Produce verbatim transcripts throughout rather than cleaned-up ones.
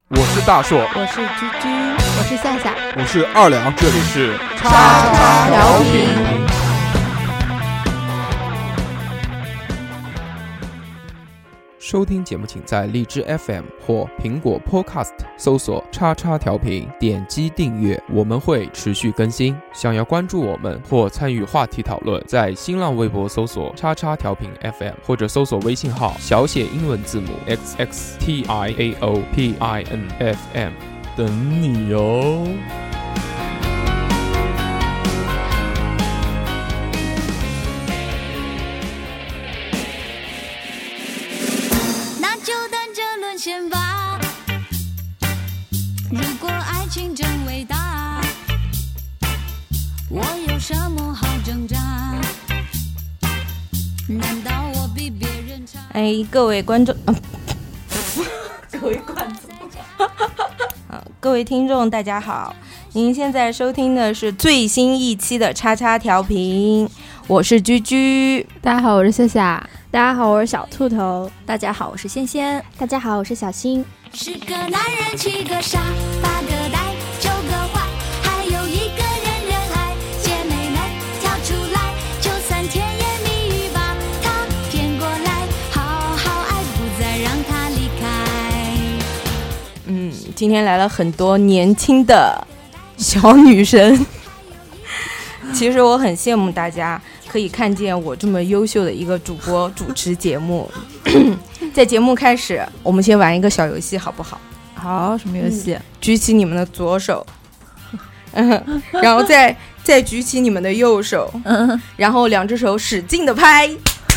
我是大硕， 我是居居， 我是夏夏， 我是二两，这里是叉叉调频。 收听节目请在荔枝 F M 或苹果 Podcast 搜索叉叉调频，点击订阅，我们会持续更新。想要关注我们或参与话题讨论，在新浪微博搜索叉叉调频 F M 或者搜索微信号小写英文字母 X X T I A O P I N F M 等你哦。 先吧，如果爱情真伟大，我有什么好挣扎？难道我比别人差？ 哎，各位观众，呃、各位观众，啊，各位听众，大家好！您现在收听的是最新一期的叉叉调频，我是居居。 大家好，我是夏夏。 大家好，我是小兔头。 大家好，我是仙仙。 大家好，我是小新。 十个男人，七个傻，八个呆，九个坏，还有一个人人爱。姐妹们跳出来，就算甜言蜜语把他骗过来，好好爱，不再让他离开。 嗯，今天来了很多年轻的小女生，其实我很羡慕大家可以看见我这么优秀的一个主播主持节目。在节目开始，我们先玩一个小游戏好不好？ 好，什么游戏？ 嗯、举起你们的左手，嗯，然后再再举起你们的右手，嗯，然后两只手使劲的拍。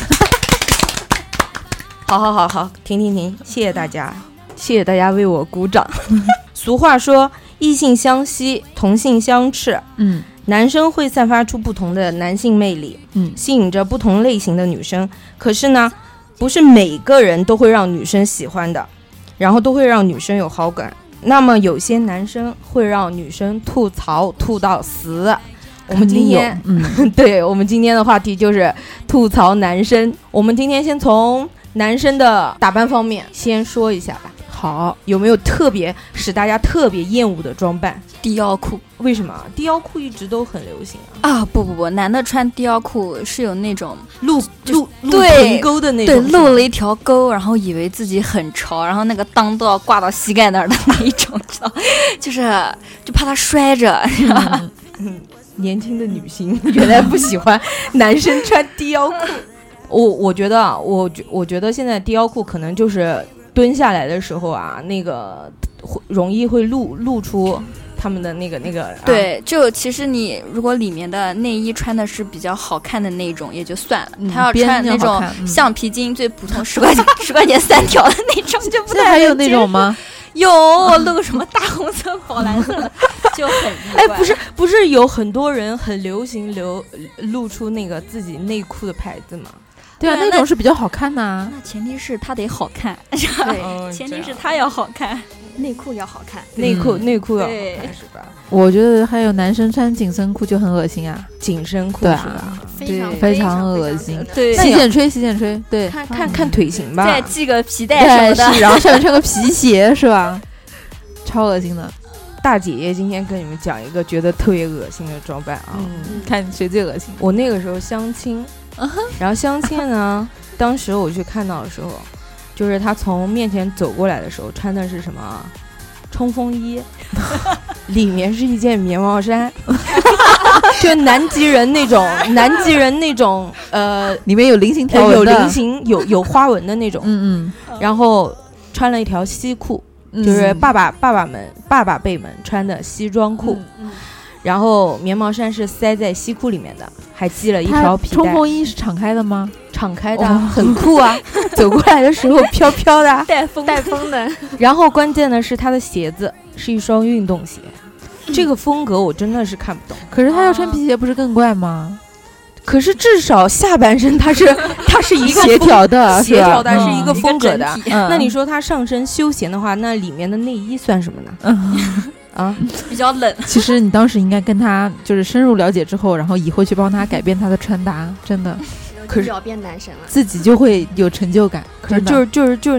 好好好好，停停停，谢谢大家，谢谢大家为我鼓掌。俗话说，异性相吸，同性相斥。嗯。男生会散发出不同的男性魅力，嗯，吸引着不同类型的女生。可是呢，不是每个人都会让女生喜欢的，然后都会让女生有好感。那么有些男生会让女生吐槽吐到死。我们今天，嗯，对，我们今天的话题就是吐槽男生。我们今天先从男生的打扮方面先说一下吧。好，有没有特别使大家特别厌恶的装扮？ 低腰裤。 为什么低腰裤一直都很流行啊？ 啊，不不不，男的穿低腰裤是有那种露露露臀沟的那种， 对，露了一条沟，然后以为自己很潮，然后那个裆都要挂到膝盖那儿的那一种，知道？就是就怕他摔着。 嗯嗯、年轻的女性原来不喜欢男生穿低腰裤。我我觉得啊，我我觉得现在低腰裤可能就是蹲下来的时候啊，那个容易会露露出他们的那个那个、啊、 对，就其实你如果里面的内衣穿的是比较好看的那种也就算了，嗯、他要穿那种橡皮筋最普通十块钱十块钱三条的那种就不太。 还有那种吗？ 有露什么大红色宝蓝色的就很哎，不是不是有很多人很流行流露出那个自己内裤的牌子吗？ 对啊，那种是比较好看的、啊。 那前提是他得好看，对，哦、前提是他要好看， 内裤要好看， 内裤内裤要好看是吧？ 我觉得还有男生穿紧身裤就很恶心啊， 紧身裤对是吧？ 非常非常恶心。 对， 洗剪吹洗剪吹，对， 看看看腿型吧， 再系个皮带什么的， 然后下面穿个皮鞋是吧？超恶心的。 大姐姐今天跟你们讲一个觉得特别恶心的装扮啊， 嗯，看谁最恶心。 我那个时候相亲。然后相亲呢，当时我去看到的时候，就是他从面前走过来的时候，穿的是什么冲锋衣，里面是一件棉毛衫，就南极人那种，南极人那种，呃， 里面有菱形条纹、 呃，有菱形，有有花纹的那种， 嗯嗯， 然后穿了一条西裤，就是爸爸爸爸们爸爸辈们穿的西装裤。嗯嗯，然后棉毛衫是塞在西裤里面的，还系了一条皮带。 冲锋衣是敞开的吗？ 敞开的，哦、很酷啊！走过来的时候飘飘的， 带风带风的。 然后关键的是他的鞋子是一双运动鞋，嗯、这个风格我真的是看不懂。 可是他要穿皮鞋不是更怪吗？ 可是至少下半身它是它是一个协调的， 协调的是一个风格的。 嗯、 那你说他上身休闲的话，那里面的内衣算什么呢？嗯啊， 比较冷。 其实你当时应该跟他就是深入了解之后，然后以后去帮他改变他的穿搭，真的。 可是要变男神了， 自己就会有成就感。 可是就是就是就是你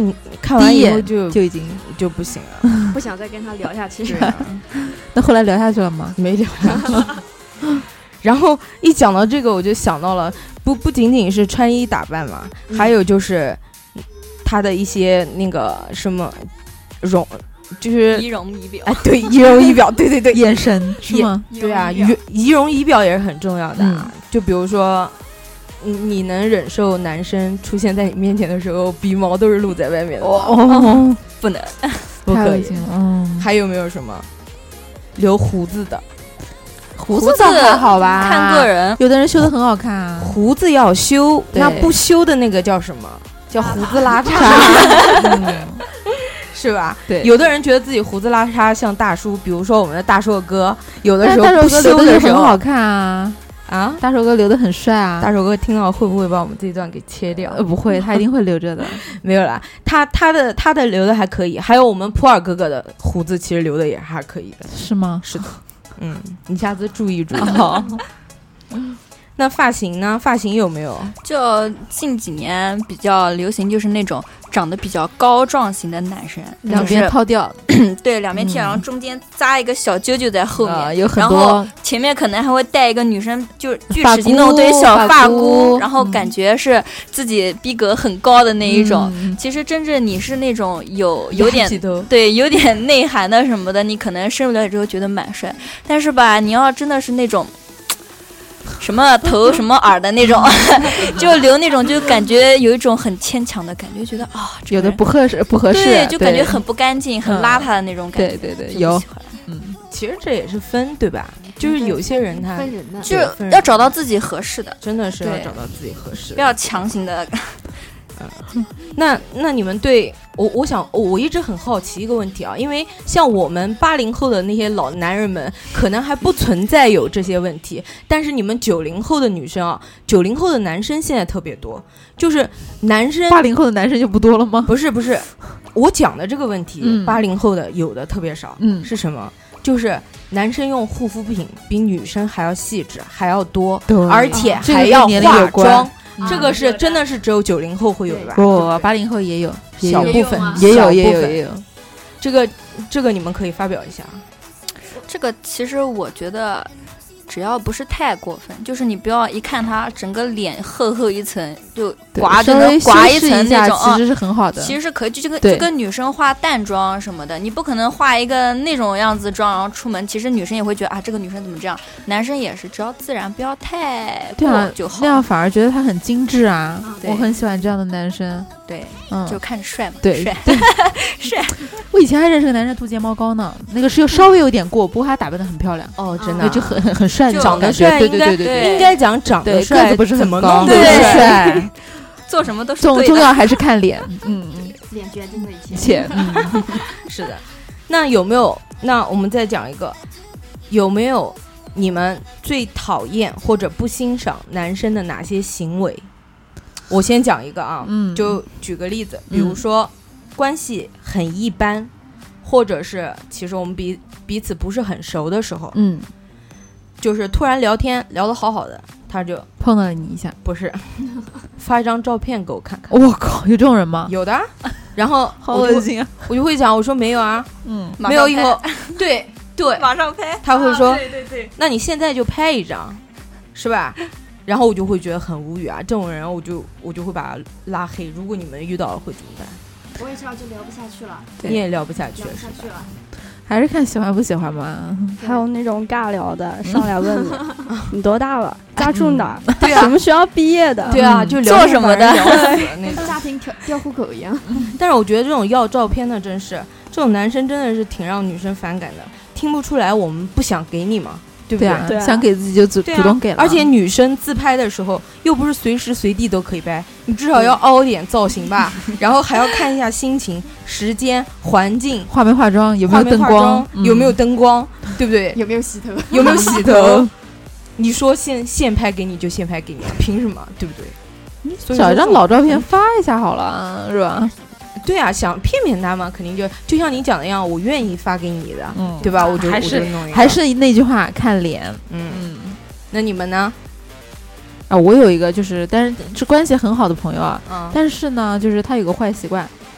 看完以后就就已经就不行了， 不想再跟他聊下去。 那后来聊下去了吗？ 没聊下去。然后一讲到这个，我就想到了，不不仅仅是穿衣打扮嘛，嗯、还有就是他的一些那个什么容，就是仪容仪表。 哎，对，仪容仪表，对对对， 眼神是吗？ 对啊，仪仪容仪表也是很重要的、啊。嗯、就比如说，你你能忍受男生出现在你面前的时候，鼻毛都是露在外面的？ 哦， 不能， 不可以。 嗯， 还有没有什么留胡子的？ 胡子倒还好吧， 看个人， 有的人修得很好看啊。 胡子要修，那不修的那个叫什么？叫胡子拉碴，嗯、是吧？ 对， 有的人觉得自己胡子拉碴像大叔，比如说我们的大硕哥，有的时候不修的时候很好看啊啊！ 大硕哥留得很帅啊！ 大硕哥听到会不会把我们这一段给切掉？ 呃，不会，他一定会留着的。 没有啦，他他的他的留的还可以，还有我们普洱哥哥的胡子其实留的也还可以的， 是吗？ 是的。嗯，你下次注意注意。哦、那发型呢？发型有没有？ 就近几年比较流行，就是那种长得比较高壮型的男生， 两边抛掉， 对，两边剃，然后中间扎一个小揪揪在后面， 呃、有很多，然后前面可能还会带一个女生，就锯齿形那种对小发箍，然后感觉是自己逼格很高的那一种。嗯、其实真正你是那种有有点对有点内涵的什么的，你可能生出来之后觉得蛮帅，但是吧，你要真的是那种。什么头什么耳的那种，就留那种，就感觉有一种很牵强的感觉，觉得啊， 有的不合适，不合适， 对，就感觉很不干净，很邋遢的那种感觉。 对对对，有， 嗯，其实这也是分，对吧？就是有些人他分人的， 就是要找到自己合适的， 真的是要找到自己合适的， 不要强行的。 嗯，那那你们对我，我想我一直很好奇一个问题啊，因为像我们八零后的那些老男人们，可能还不存在有这些问题，但是你们九零后的女生啊，九零后的男生现在特别多，就是男生八零后的男生就不多了吗？ 不是不是，我讲的这个问题，八零、嗯、后的有的特别少，嗯，是什么？就是男生用护肤品比女生还要细致，还要多，而且还要化妆。这个是真的是只有九零后会有的吧？ 不，八零后也有， 小部分也有也有也有。 这个这个你们可以发表一下。 这个其实我觉得，只要不是太过分，就是你不要一看他整个脸厚厚一层就刮着能刮一层那种， 其实是很好的。 其实是可以，就这个就跟女生化淡妆什么的，你不可能化一个那种样子妆然后出门，其实女生也会觉得啊，这个女生怎么这样？男生也是，只要自然，不要太过就好。 那样反而觉得他很精致啊，我很喜欢这样的男生。 对，嗯，就看着帅嘛， 对， 帅，帅。 我以前还认识个男生涂睫毛膏呢，那个是又稍微有点过，不过他打扮得很漂亮。 哦，真的， 就很很很帅， 长得帅， 对对对对对， 应该讲长得帅， 个子不是很高， 对帅， 做什么都是重重要还是看脸，嗯嗯，脸决定了一切， 嗯，是的。那有没有？那我们再讲一个，有没有你们最讨厌或者不欣赏男生的哪些行为？我先讲一个啊，嗯，就举个例子，比如说、嗯、关系很一般，或者是其实我们彼彼此不是很熟的时候， 嗯， 就是突然聊天聊得好好的，他就碰到了你一下， 不是发一张照片给我看看。 我靠，有这种人吗？ 有的。然后好恶心啊！ 我就会讲，我说没有啊， 嗯， 没有以后，对对， 马上拍。 他会说， 啊、对对对， 那你现在就拍一张，是吧？然后我就会觉得很无语啊，这种人我就我就会把他拉黑。如果你们遇到了会怎么办？ 我也知道就聊不下去了， 你也聊不下去， 聊不下去了。 还是看喜欢不喜欢吧。 还有那种尬聊的，上来问你你多大了，家住哪， 对啊， 什么学校毕业的， 对啊，就做什么的， 跟家庭调调户口一样。 但是我觉得这种要照片的，真是这种男生真的是挺让女生反感的，听不出来我们不想给你吗？对不对？ 对啊，想给自己就主主动给了。 而且女生自拍的时候又不是随时随地都可以拍，你至少要凹点造型吧，然后还要看一下心情、时间、环境， 化没化妆，有没有灯光， 有没有灯光，对不对？ 有没有洗头？ 有没有洗头？你说现现拍给你就现拍给你，凭什么？对不对？ 找一张老照片发一下好了，是吧？ 对啊，想骗骗他嘛，肯定就就像你讲的一样，我愿意发给你的，嗯，对吧？我就还是我就弄一个还是那句话，看脸。 嗯嗯，那你们呢？ 啊，我有一个就是，但是是关系很好的朋友啊， 嗯， 但是呢，就是他有个坏习惯，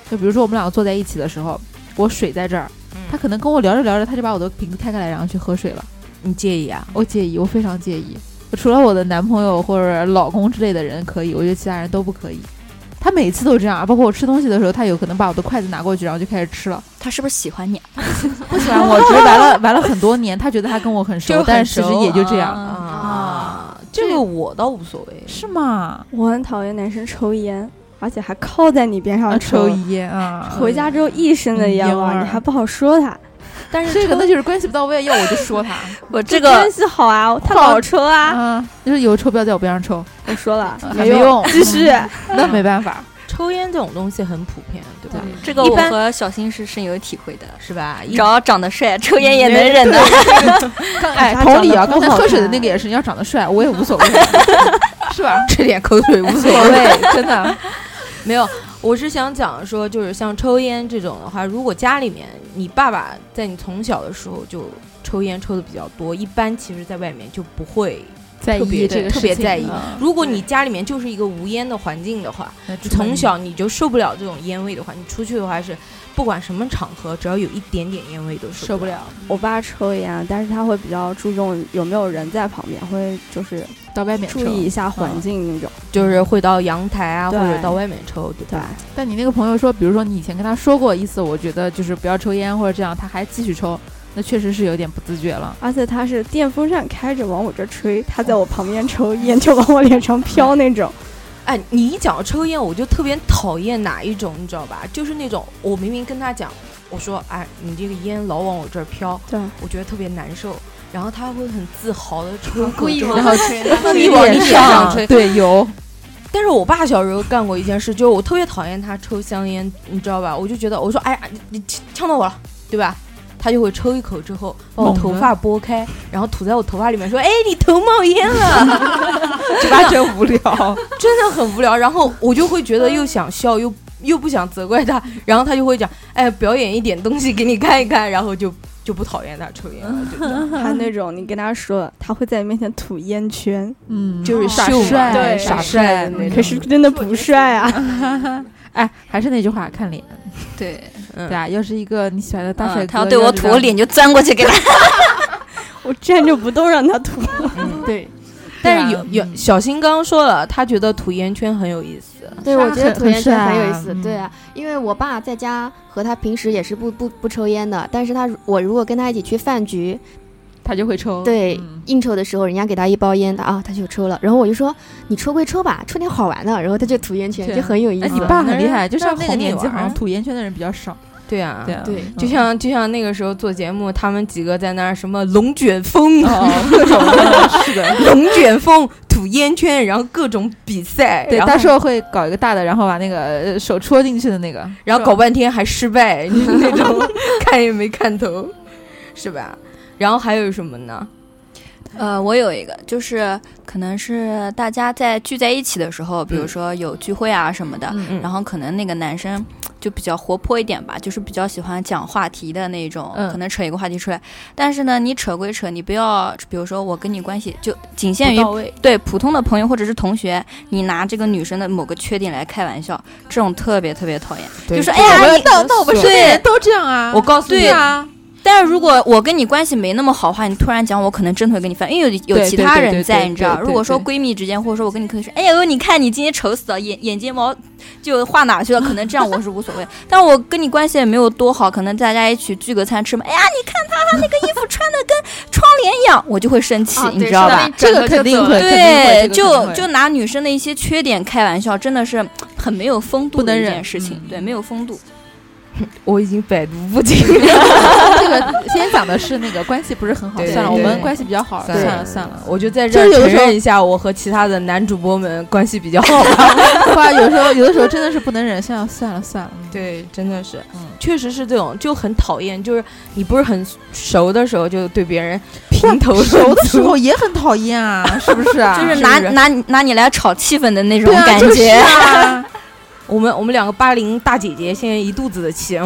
就比如说我们两个坐在一起的时候，我水在这儿，嗯、他可能跟我聊着聊着，他就把我的瓶子开开来，然后去喝水了。 你介意啊？ 我介意，我非常介意。除了我的男朋友或者老公之类的人可以，我觉得其他人都不可以。他每次都这样，包括我吃东西的时候，他有可能把我的筷子拿过去，然后就开始吃了。 他是不是喜欢你？ 不喜欢我，只是玩了玩了很多年，他觉得他跟我很熟， 很熟但是其实也就这样啊。啊这个我倒无所谓， 是吗？ 我很讨厌男生抽烟，而且还靠在你边上抽烟啊！ 回家之后一身的烟味、嗯，你还不好说他。 但是这个那就是关系不到位，要我就说他。 我这个关系好啊，他老抽啊， 嗯，就是有抽不要在我边上抽。 我说了， 还没用， 继续。 那没办法。 抽烟这种东西很普遍，对吧？ 这个我和小新是深有体会的， 是吧？ 只要长得帅，抽烟也能忍的。 哎，同理啊，刚才喝水的那个也是，你要长得帅，我也无所谓，是吧？ 吃点口水无所谓， 真的。 没有，我是想讲说，就是像抽烟这种的话，如果家里面你爸爸在你从小的时候就抽烟抽的比较多，一般其实在外面就不会。 在意这个特别在意、 嗯。 如果你家里面就是一个无烟的环境的话，从小你就受不了这种烟味的话，你出去的话是不管什么场合，只要有一点点烟味都受不了。 我爸抽烟，但是他会比较注重有没有人在旁边，会就是到外面注意一下环境那种， 嗯、就是会到阳台啊或者到外面抽，对吧？ 对。 但你那个朋友说，比如说你以前跟他说过一次，我觉得就是不要抽烟或者这样，他还继续抽。那确实是有点不自觉了， 而且他是电风扇开着往我这吹，他在我旁边抽烟就往我脸上飘那种。 哎，你一讲抽烟，我就特别讨厌哪一种，你知道吧？就是那种我明明跟他讲，我说，哎，你这个烟老往我这儿飘， 对， 我觉得特别难受。然后他会很自豪的抽， 故意然后吹， 你往你脸上吹， 对，有。 但是我爸小时候干过一件事，就是我特别讨厌他抽香烟，你知道吧？我就觉得，我说，哎呀，你呛到我了，对吧？他就会抽一口之后把我头发拨开、嗯、然后吐在我头发里面说，哎，你头冒烟了。 这把真无聊， 真的很无聊。然后我就会觉得又想笑又又不想责怪他，然后他就会讲，哎，表演一点东西给你看一看，然后就就不讨厌他抽烟了。 还那种你跟他说，他会在你面前吐烟圈， 嗯，就是耍帅， 对，耍帅的那种。 可是真的不帅啊。 哎，还是那句话，看脸。 对， 嗯、对啊，要是一个你喜欢的大帅哥， 嗯、他要对我吐，我脸就钻过去给他。 我站着不动，让他吐。 嗯，对。但是有有小新刚刚说了，他觉得吐烟圈很有意思。 对，我觉得吐烟圈很有意思。 嗯、 对啊，因为我爸在家和他平时也是不不不抽烟的，但是他我如果跟他一起去饭局。 他就会抽， 对、 嗯， 应酬的时候，人家给他一包烟，他啊，他就抽了。然后我就说，你抽归抽吧，抽点好玩的。然后他就吐烟圈，就很有意思。 哎，你爸很厉害，就像那个年纪，好像吐烟圈的人比较少。 对啊， 对啊， 对， 就像就像那个时候做节目，他们几个在那儿什么龙卷风， 哦，各种的，是的， 龙卷风、吐烟圈，然后各种比赛。 对，到时候会搞一个大的，然后把那个手戳进去的那个， 然后搞半天还失败，那种看也没看头，是吧？然后还有什么呢？ 呃，我有一个，就是可能是大家在聚在一起的时候，比如说有聚会啊什么的， 嗯、 然后可能那个男生就比较活泼一点吧，就是比较喜欢讲话题的那种， 嗯、 可能扯一个话题出来。但是呢，你扯归扯，你不要，比如说我跟你关系就仅限于对普通的朋友或者是同学，你拿这个女生的某个缺点来开玩笑，这种特别特别讨厌。就说哎呀，你那那我们身边人都这样啊， 我告诉你啊。但是如果我跟你关系没那么好话，你突然讲我，可能真的会跟你翻，因为有有其他人在，你知道。如果说闺蜜之间，或者说我跟你可能说，哎呀，你看你今天丑死了，眼眼睫毛就画哪去了，可能这样我是无所谓。但我跟你关系也没有多好，可能大家一起聚个餐吃嘛，哎呀，你看他他那个衣服穿的跟窗帘一样，我就会生气， 啊、 你知道吧？ 这个肯定会， 对，就就拿女生的一些缺点开玩笑，真的是很没有风度的一件事情，对，没有风度。 我已经百毒不侵了。 这个先讲的是那个关系不是很好，算了，我们关系比较好，算了算了， 我就在这儿承认一下，我和其他的男主播们关系比较好吧。 哇，有时候有的时候真的是不能忍，算了算了算了。 对，真的是，嗯，确实是这种，就很讨厌，就是你不是很熟的时候就对别人评头熟的时候也很讨厌啊，是不是啊？ 就是拿拿拿你来炒气氛的那种感觉。 对啊我们我们两个八零大姐姐现在一肚子的气，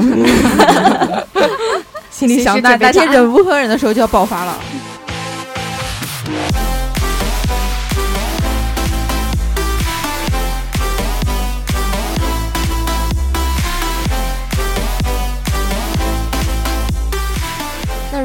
心里想哪哪天忍无可忍的时候就要爆发了。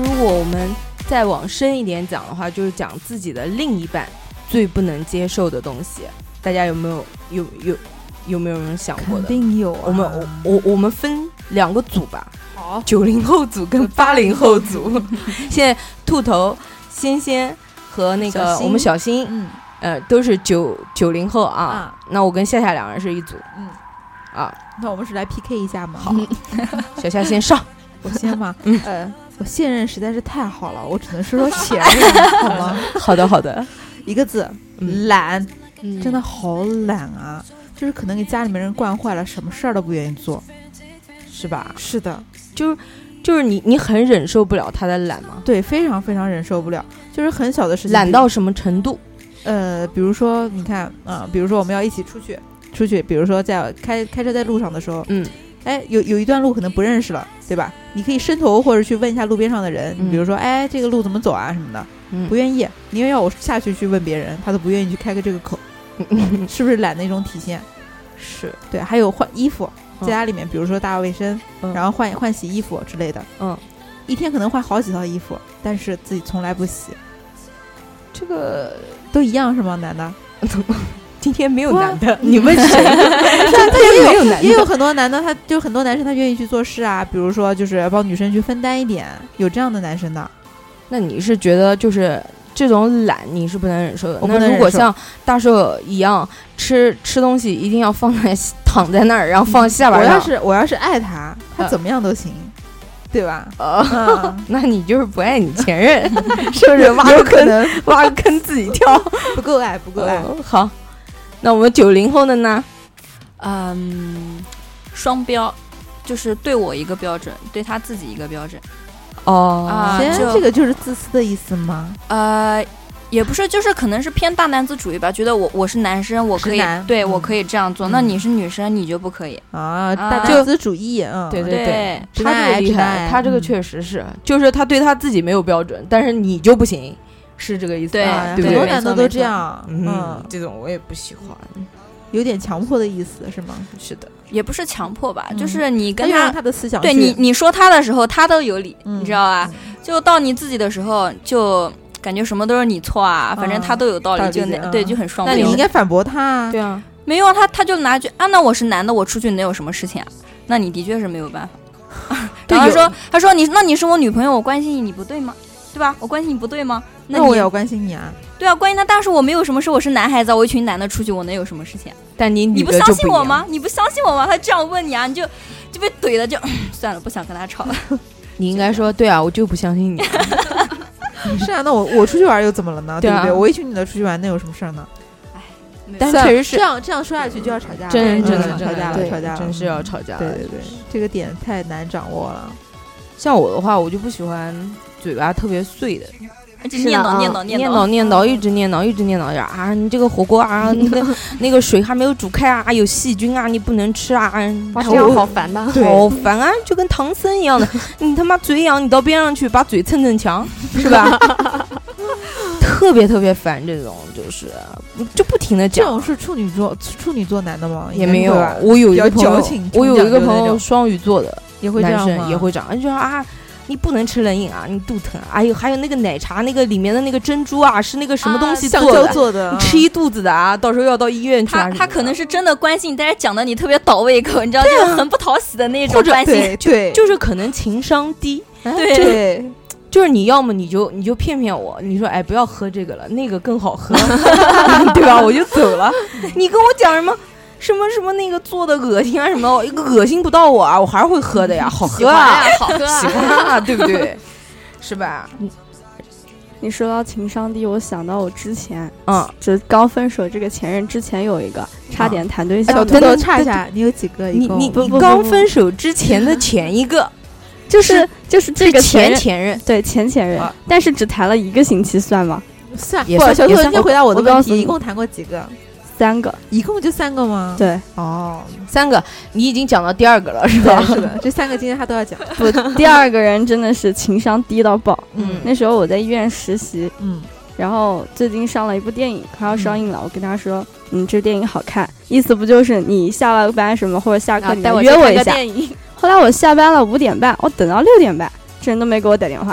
如果我们再往深一点讲的话，就是讲自己的另一半最不能接受的东西，大家有没有有有有没有人想过的？ 肯定有、啊。 我们我我我们分两个组吧， 好， 九零后组跟八零后组。现在兔头、仙仙和那个我们小新，嗯，呃，都是九九零后啊。啊那我跟夏夏两人是一组，嗯，啊， 那我们是来 P K 一下吗？ 好，小夏先上， 我先吗？嗯，呃，我现任实在是太好了，我只能说说前任，好吗？ 好的，好的， 一个字，懒，嗯、真的好懒啊。就是可能给家里面人惯坏了，什么事儿都不愿意做， 是吧？ 是的， 就是就是你你很忍受不了他的懒吗？ 对，非常非常忍受不了，就是很小的事情。 懒到什么程度？ 呃，比如说你看啊、呃，比如说我们要一起出去出去，比如说在开开车在路上的时候，嗯，哎，有有一段路可能不认识了，对吧？你可以伸头或者去问一下路边上的人，嗯、比如说哎，这个路怎么走啊什么的，嗯、不愿意，你又要我下去去问别人，他都不愿意去开个这个口。是不是懒的一种体现？ 是对，还有换衣服，在家里面，嗯、比如说打扫卫生，嗯、然后换换洗衣服之类的，嗯，一天可能换好几套衣服，但是自己从来不洗。这个都一样是吗？男的？ 今天没有男的，你问谁？ 他也有男的，也有很多男的，他就很多男生他愿意去做事啊，比如说就是帮女生去分担一点，有这样的男生的。 那你是觉得就是这种懒你是不能忍受的？ 那如果像大寿一样吃吃东西一定要放在躺在那儿，然后放下巴上， 我要是我要是爱他，他怎么样都行，呃、对吧？ 呃嗯、那你就是不爱你前任，是不是？挖个坑，挖个坑自己跳， 不够爱，不够爱。 呃、好，那我们九零后的呢？ 嗯，双标，就是对我一个标准，对他自己一个标准。 哦， 啊，这个就是自私的意思吗？ 呃，也不是，就是可能是偏大男子主义吧，觉得我我是男生，我可以，对、嗯、我可以这样做、嗯。那你是女生，你就不可以啊？大男子主义，嗯， 对对对， 他这个厉害， 他这个确实是，就是他对他自己没有标准，但是你就不行，是这个意思。 对， 啊、 很多男的都这样， 嗯，这种我也不喜欢。 有点强迫的意思是吗？ 是的， 也不是强迫吧，嗯、就是你跟他他的思想， 对你你说他的时候他都有理， 嗯、 你知道吧？就到你自己的时候，就感觉什么都是你错啊，反正他都有道理，嗯、就那、嗯、对就很双标。 那你应该反驳他啊！ 对啊， 没有啊，他他就拿句啊，那我是男的，我出去能有什么事情啊？那你的确是没有办法。然后他说他说你那你是我女朋友，我关心你，你不对吗？对吧？我关心你不对吗？ 那, 那我也要关心你啊。 对啊，关心他，但是我没有什么事，我是男孩子，我一群男的出去，我能有什么事情？ 但你你不相信我吗？你不相信我吗？他这样问你啊，你就就被怼了，就算了，不想跟他吵了。 你应该说对啊，我就不相信你、啊。 是啊，那我我出去玩又怎么了呢？ 对不对？我一群女的出去玩，那有什么事儿呢？ 哎， 但确实是这样这样说下去就要吵架了， 真真的吵架了，吵架了， 真是要吵架了。 对对对，这个点太难掌握了。 像我的话，我就不喜欢嘴巴特别碎的。 念叨念叨念叨念叨，一直念叨一直念叨呀啊！你这个火锅啊，那个那个水还没有煮开啊，有细菌啊，你不能吃啊！ 哇，这样好烦的， 好烦啊，就跟唐僧一样的。你他妈嘴痒，你到边上去把嘴蹭蹭墙，是吧？特别特别烦这种，就是就不停的讲。 这种是处女座处女座男的吗？ 也没有，我有一个朋友，我有一个朋友双鱼座的， 也会这样吗？ 也会这样，就说啊。你不能吃冷饮啊，你肚疼啊！还有还有那个奶茶，那个里面的那个珍珠啊，是那个什么东西做的？ 橡胶做的， 你吃一肚子的啊，到时候要到医院去啊。 他他可能是真的关心，但是讲的你特别倒胃口，你知道，就是很不讨喜的那种关心。 对对， 就是可能情商低。 对对，就是你要么你就你就骗骗我，你说哎不要喝这个了，那个更好喝，对吧？我就走了。你跟我讲什么？什么什么那个做的恶心啊什么，一个恶心不到我啊，我还是会喝的呀，好喝啊， 好喝啊， 喜欢啊，对不对？是吧？ 你说到情商低，我想到我之前，嗯，就刚分手这个前任之前有一个差点谈对象， 等等差一下，你有几个？ 你你你刚分手之前的前一个， 就是就是这个前前任， 对前前任，但是只谈了一个星期，算吗？ 算，不，小兔，你回答我的问题，一共谈过几个？ 三个， 一共就三个吗？ 对， 哦， 三个，你已经讲到第二个了，是吧？ 是的，这三个今天他都要讲。 不，第二个人真的是情商低到爆。嗯，那时候我在医院实习，嗯，然后最近上了一部电影，快要上映了，嗯、我跟他说，嗯，这电影好看，意思不就是你下了班什么或者下课你约我一下？后来我下班了五点半，我等到六点半，这人都没给我打电话。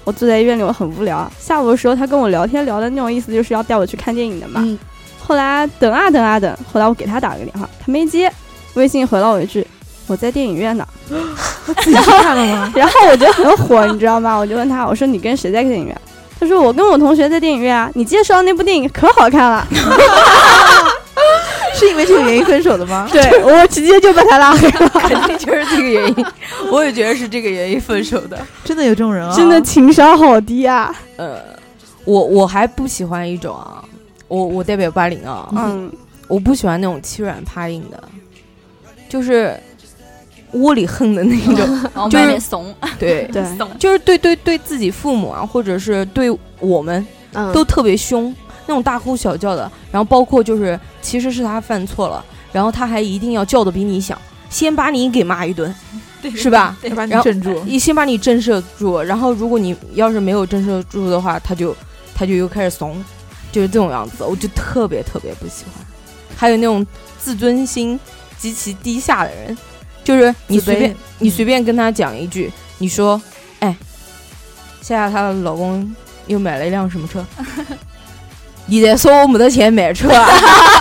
我坐在医院里，我很无聊。下午的时候，他跟我聊天聊的那种意思，就是要带我去看电影的嘛。嗯、后来等啊等啊等，后来我给他打了个电话，他没接，微信回了我一句：“我在电影院呢。” 自己去看了吗？ 然后我就很火，你知道吗？我就问他，我说：“你跟谁在电影院？”他说：“我跟我同学在电影院啊。”你介绍那部电影可好看了。 是因为这个原因分手的吗？ 对，我直接就把他拉黑了， 肯定就是这个原因。我也觉得是这个原因分手的。 真的有这种人啊！ 真的情商好低啊。 呃，我我还不喜欢一种啊，我我代表八零啊，嗯，我不喜欢那种欺软怕硬的，就是窝里横的那种，就是外怂， 对对， 就是对对对自己父母啊，或者是对我们，嗯、都特别凶。那种大呼小叫的，然后包括就是其实是他犯错了，然后他还一定要叫的比你响，先把你给骂一顿， 对， 是吧？ 对，把你镇住， 先把你震慑住，然后如果你要是没有震慑住的话，他就他就又开始怂，就是这种样子，我就特别特别不喜欢。还有那种自尊心极其低下的人，就是你随便你随便跟他讲一句，你说，哎，夏夏她的老公又买了一辆什么车？你在说我没得钱买车啊？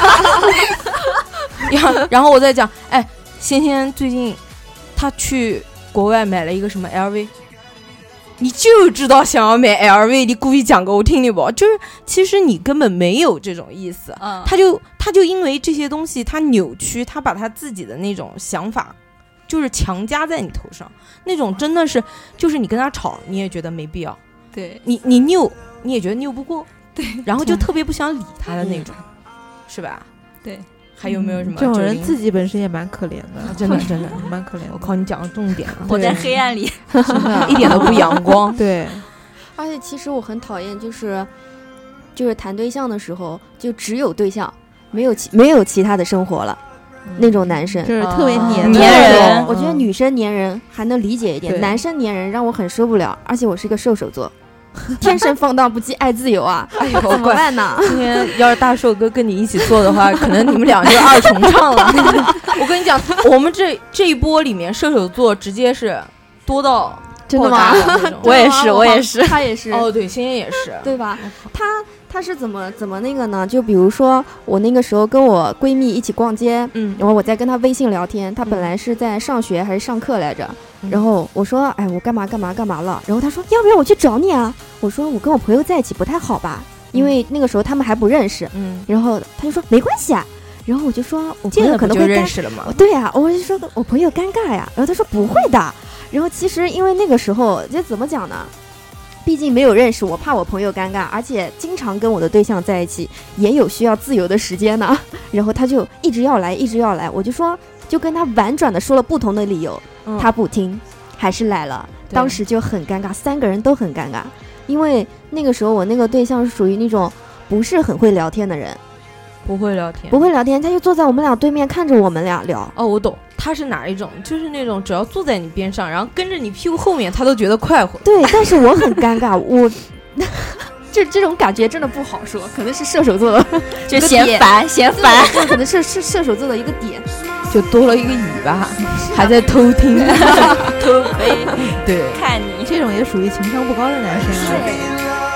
然后然后我再讲，哎，仙仙最近他去国外买了一个什么 L V， 你就知道想要买 L V， 你故意讲给我听的不？就是其实你根本没有这种意思，嗯、他就他就因为这些东西他扭曲，他把他自己的那种想法就是强加在你头上，那种真的是就是你跟他吵你也觉得没必要， 对你你拗你也觉得拗不过。对，然后就特别不想理他的那种，是吧？ 对， 还有没有什么？ 这种人自己本身也蛮可怜的， 真的真的蛮可怜的。 我靠，你讲的重点了， 我在黑暗里， 一点都不阳光。 对， 而且其实我很讨厌，就是就是谈对象的时候，就只有对象，没有其没有其他的生活了。那种男生就是特别黏黏人， 我觉得女生黏人还能理解一点，男生黏人让我很受不了。而且我是一个射手座。天生放荡不羁爱自由啊！哎呦，怎么办呢？ 今天要是大寿哥跟你一起做的话，可能你们俩就二重唱了。我跟你讲，我们这这一波里面射手座直接是多到真的吗？ 我也是，我也是， 他也是。 哦，对，仙仙也是， 对吧？他他是怎么怎么那个呢？就比如说我那个时候跟我闺蜜一起逛街，嗯，然后我在跟她微信聊天，她本来是在上学还是上课来着？然后我说，哎，我干嘛干嘛干嘛了？然后他说，要不要我去找你啊？我说，我跟我朋友在一起不太好吧，因为那个时候他们还不认识。嗯，然后他就说没关系啊。然后我就说，我朋友可能会认识了吗？ 对呀、啊，我就说我朋友尴尬呀。然后他说不会的。然后其实因为那个时候就怎么讲呢？毕竟没有认识，我怕我朋友尴尬，而且经常跟我的对象在一起，也有需要自由的时间呢。然后他就一直要来，一直要来，我就说，就跟他婉转的说了不同的理由。嗯、他不听，还是来了，当时就很尴尬，三个人都很尴尬，因为那个时候我那个对象是属于那种不是很会聊天的人， 不会聊天， 不会聊天，他就坐在我们俩对面看着我们俩聊。 哦，我懂，他是哪一种？就是那种只要坐在你边上，然后跟着你屁股后面，他都觉得快活。 对，但是我很尴尬，我这这种感觉真的不好说，可能是射手座的， 就嫌烦嫌烦， 这可能是是射手座的一个点。 就多了一个尾巴，还在偷听、 偷飞， 对， 看你这种也属于情商不高的男生啊。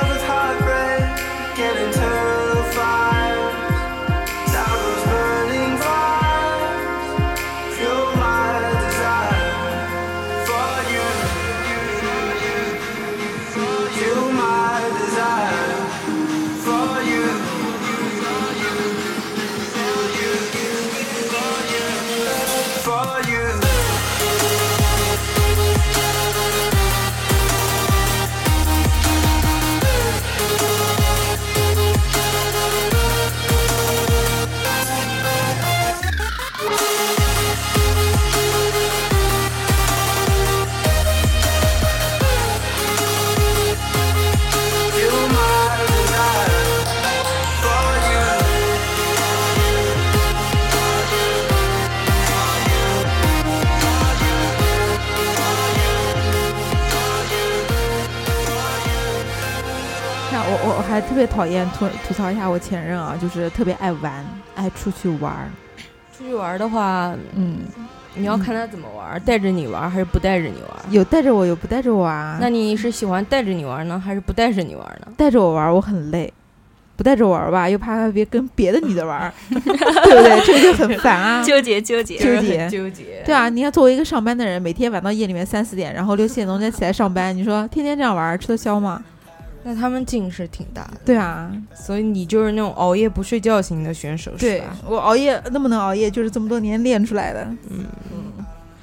我我还特别讨厌吐吐槽一下我前任啊，就是特别爱玩，爱出去玩。 出去玩的话，嗯， 你要看他怎么玩，带着你玩还是不带着你玩？ 有带着我，有不带着我啊。 那你是喜欢带着你玩呢，还是不带着你玩呢？ 带着我玩我很累，不带着玩吧，又怕他别跟别的女的玩，对不对？这个就很烦啊， 纠结纠结纠结纠结。 对啊，你要作为一个上班的人，每天晚到夜里面三四点，然后六七点钟再起来上班，你说天天这样玩，吃得消吗？ 那他们劲是挺大的。 对啊， 所以你就是那种熬夜不睡觉型的选手，是吧？ 对，我熬夜那么能熬夜，就是这么多年练出来的。 嗯嗯，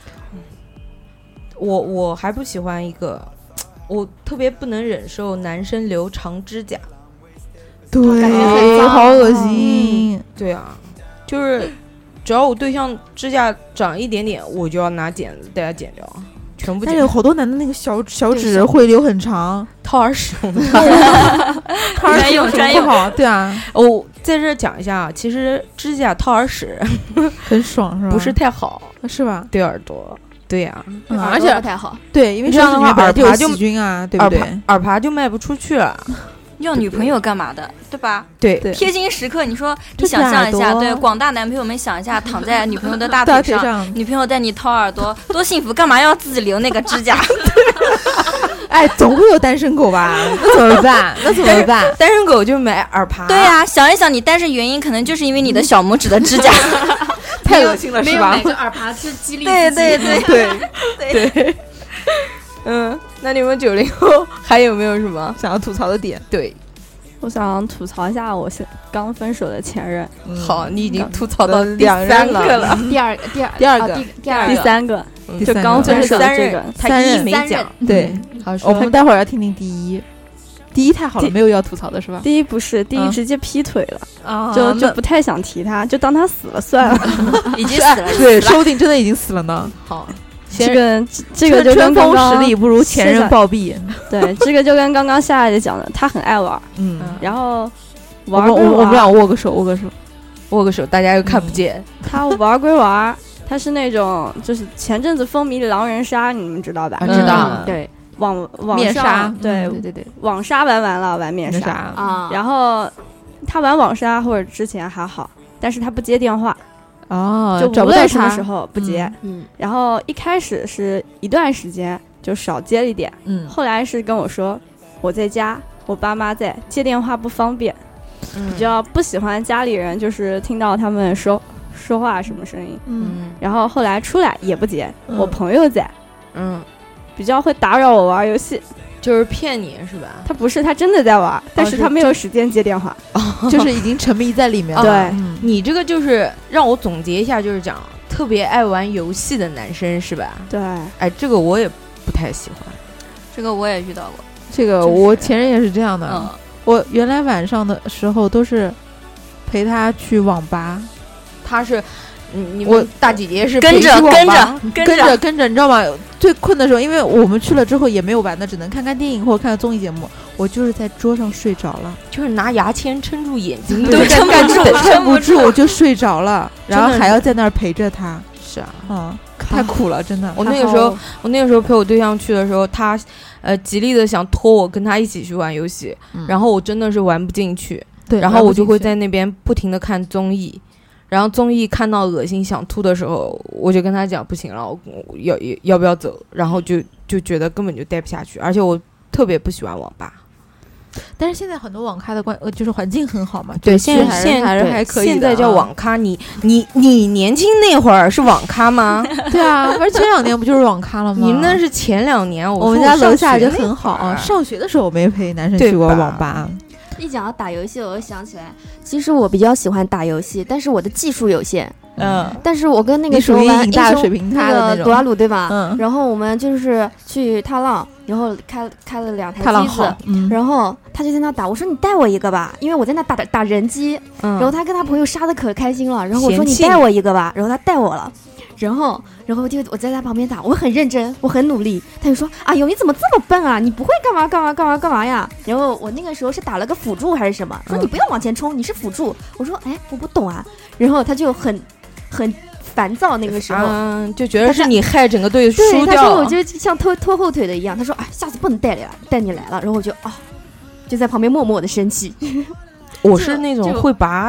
我我还不喜欢一个，我特别不能忍受男生留长指甲。 对，好恶心。 嗯、对啊，就是只要我对象指甲长一点点，我就要拿剪子带他剪掉。全部。 但是有好多男的那个小小指会留很长， 掏耳屎用的， 掏耳屎用专用好，对啊。 哦，在这讲一下啊，其实指甲掏耳屎很爽是吧？ 不是太好， 是吧？ 对耳朵，对呀、啊嗯， 而且不太好。 对，因为这样的话耳耙就细菌啊，对不对？ 耳耙就卖不出去了。 要女朋友干嘛的，对吧？ 对， 贴心时刻，你说你想象一下，对广大男朋友们想一下，躺在女朋友的大腿上， 上女朋友带你掏耳朵，多幸福！干嘛要自己留那个指甲？ 哎，总会有单身狗吧？那怎么办？那怎么办？ 单身狗就买耳耙。 对啊，想一想，你单身原因可能就是因为你的小拇指的指甲太恶心了，是吧？ 每个耳耙是激励。 对对对对对。嗯，那你们九零后还有没有什么想要吐槽的点？ 对， 我想吐槽一下我现刚分手的前任。 嗯、好，你已经吐槽到第三个了， 第二个，第二第二个， 第二第三个， 嗯、 就刚分手的这个， 他一没讲。 对， 好， 我们待会儿要听听第一。第一太好了，没有要吐槽的是吧？ 第一不是，第一直接劈腿了， 啊、 就就不太想提他，就当他死了算了， 已经死了。 对，说不定真的已经死了呢。 好。 这个这个就跟刚刚实力不如前任暴毙。 对，这个就跟刚刚夏姐讲的，他很爱玩， 嗯， 然后玩我我们俩握个手，握个手， 握个手，大家又看不见。 嗯、他玩归玩，他是那种就是前阵子风靡狼人杀，你们知道吧？ 嗯、知道。 对，网网面杀， 对对对对， 网杀玩完了，玩面杀啊。 然后他玩网杀或者之前还好，但是他不接电话。 哦， 就无论什么时候不接， 嗯， 然后一开始是一段时间就少接了一点， 嗯， 后来是跟我说我在家，我爸妈在，接电话不方便， 嗯、 比较不喜欢家里人就是听到他们说说话什么声音， 嗯， 然后后来出来也不接， 嗯、 我朋友在， 嗯， 比较会打扰我玩游戏。 就是骗你是吧？ 他不是，他真的在玩，哦、但是他没有时间接电话， 哦、就是已经沉迷在里面了。 对、 嗯， 你这个就是让我总结一下，就是讲特别爱玩游戏的男生是吧？ 对， 哎，这个我也不太喜欢。 这个我也遇到过。 这个我前任也是这样的。 嗯， 我原来晚上的时候都是陪他去网吧， 他是。嗯，你们大姐姐是跟着跟着跟着跟着，你知道吗？最困的时候，因为我们去了之后也没有玩的，只能看看电影或者看看综艺节目。我就是在桌上睡着了， 就是拿牙签撑住眼睛， 都撑不住， 撑不住就睡着了，然后还要在那儿陪着他。 是啊， 嗯，太苦了，真的。 我那个时候，我那个时候陪我对象去的时候，他呃极力的想拖我跟他一起去玩游戏， 嗯、 然后我真的是玩不进去， 对， 然后我就会在那边不停的看综艺。然后综艺看到恶心想吐的时候，我就跟他讲不行了，我要要不要走？然后就就觉得根本就待不下去，而且我特别不喜欢网吧。 但是现在很多网咖的关呃就是环境很好嘛， 对，现在现还是还可以。 现在叫网咖，你你你年轻那会儿是网咖吗？ 对啊，而前两年不就是网咖了吗？ 你们那是前两年， 我们家楼下就很好啊。上学的时候没陪男生去过网吧。 一讲到打游戏，我就想起来，其实我比较喜欢打游戏，但是我的技术有限。 嗯， 但是我跟那个时候玩大水平那个多拉鲁对吧？ 嗯， 然后我们就是去踏浪，然后开开了两台机子， 嗯、 然后他就在那打，我说你带我一个吧，因为我在那打打人机，嗯、然后他跟他朋友杀的可开心了，然后我说你带我一个吧，然后他带我了。然后，然后就我在他旁边打，我很认真，我很努力。他就说：“哎呦，你怎么这么笨啊？你不会干嘛干嘛干嘛干嘛呀？”然后我那个时候是打了个辅助还是什么，说你不要往前冲，你是辅助。我说：“哎，我不懂啊。”然后他就很很烦躁，那个时候， 嗯，就觉得是你害整个队输掉。 对，他说我就像拖拖后腿的一样。他说：“哎，下次不能带来了，带你来了。”然后我就啊、哦，就在旁边默默的生气。 我是那种会拔。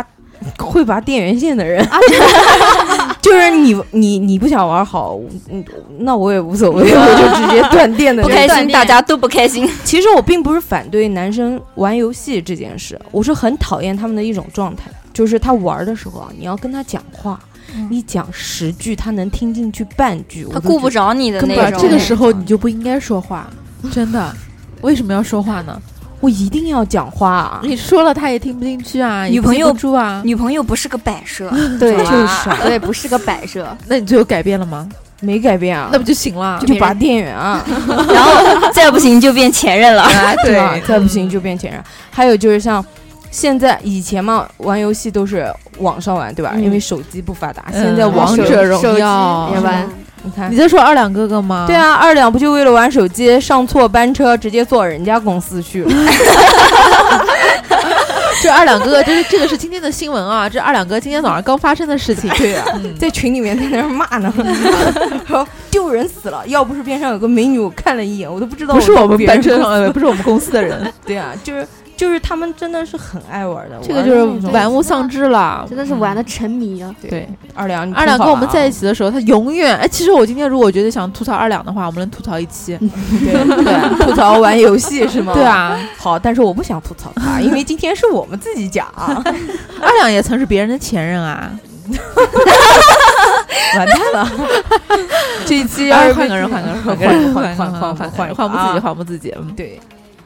会拔电源线的人，就是你你你不想玩好，嗯，那我也无所谓，我就直接断电的人。 不开心，大家都不开心。 其实我并不是反对男生玩游戏这件事，我是很讨厌他们的一种状态，就是他玩的时候啊，你要跟他讲话。你讲十句，他能听进去半句， 他顾不着你的那种。 这个时候你就不应该说话，真的。为什么要说话呢？ 我一定要讲话啊！ 你说了他也听不进去啊， 女朋友住啊， 女朋友不是个摆设， 对， 就是对，不是个摆设。 那你最后改变了吗？ 没改变啊， 那不就行了？ 就拔电源啊， 然后再不行就变前任了， 啊、对吧？再不行就变前任。还有就是像。现在以前嘛，玩游戏都是网上玩，对吧？嗯、因为手机不发达。嗯、现在王者荣耀也玩， 你看， 你在说二两哥哥吗？ 对啊，二两不就为了玩手机上错班车，直接坐人家公司去了。 这二两哥哥，这是这个是今天的新闻啊！这二两哥今天早上刚发生的事情。 对啊，嗯、在群里面在那儿骂呢，说丢人死了！要不是边上有个美女，我看了一眼，我都不知道我不是我们班车上的，不是我们公司的人。 对啊，就是。就是他们真的是很爱玩的， 这个就是玩物丧志了， 真的是玩的沉迷了。 对，二两二两跟我们在一起的时候，他永远哎，其实我今天如果觉得想吐槽二两的话，我们能吐槽一期， 对对，吐槽玩游戏是吗？ 对啊， 好，但是我不想吐槽他，因为今天是我们自己讲啊。 二两也曾是别人的前任啊。 完蛋了！这一期要换个人，换个人，换个人，换换换换换换不自己，换不自己。 对。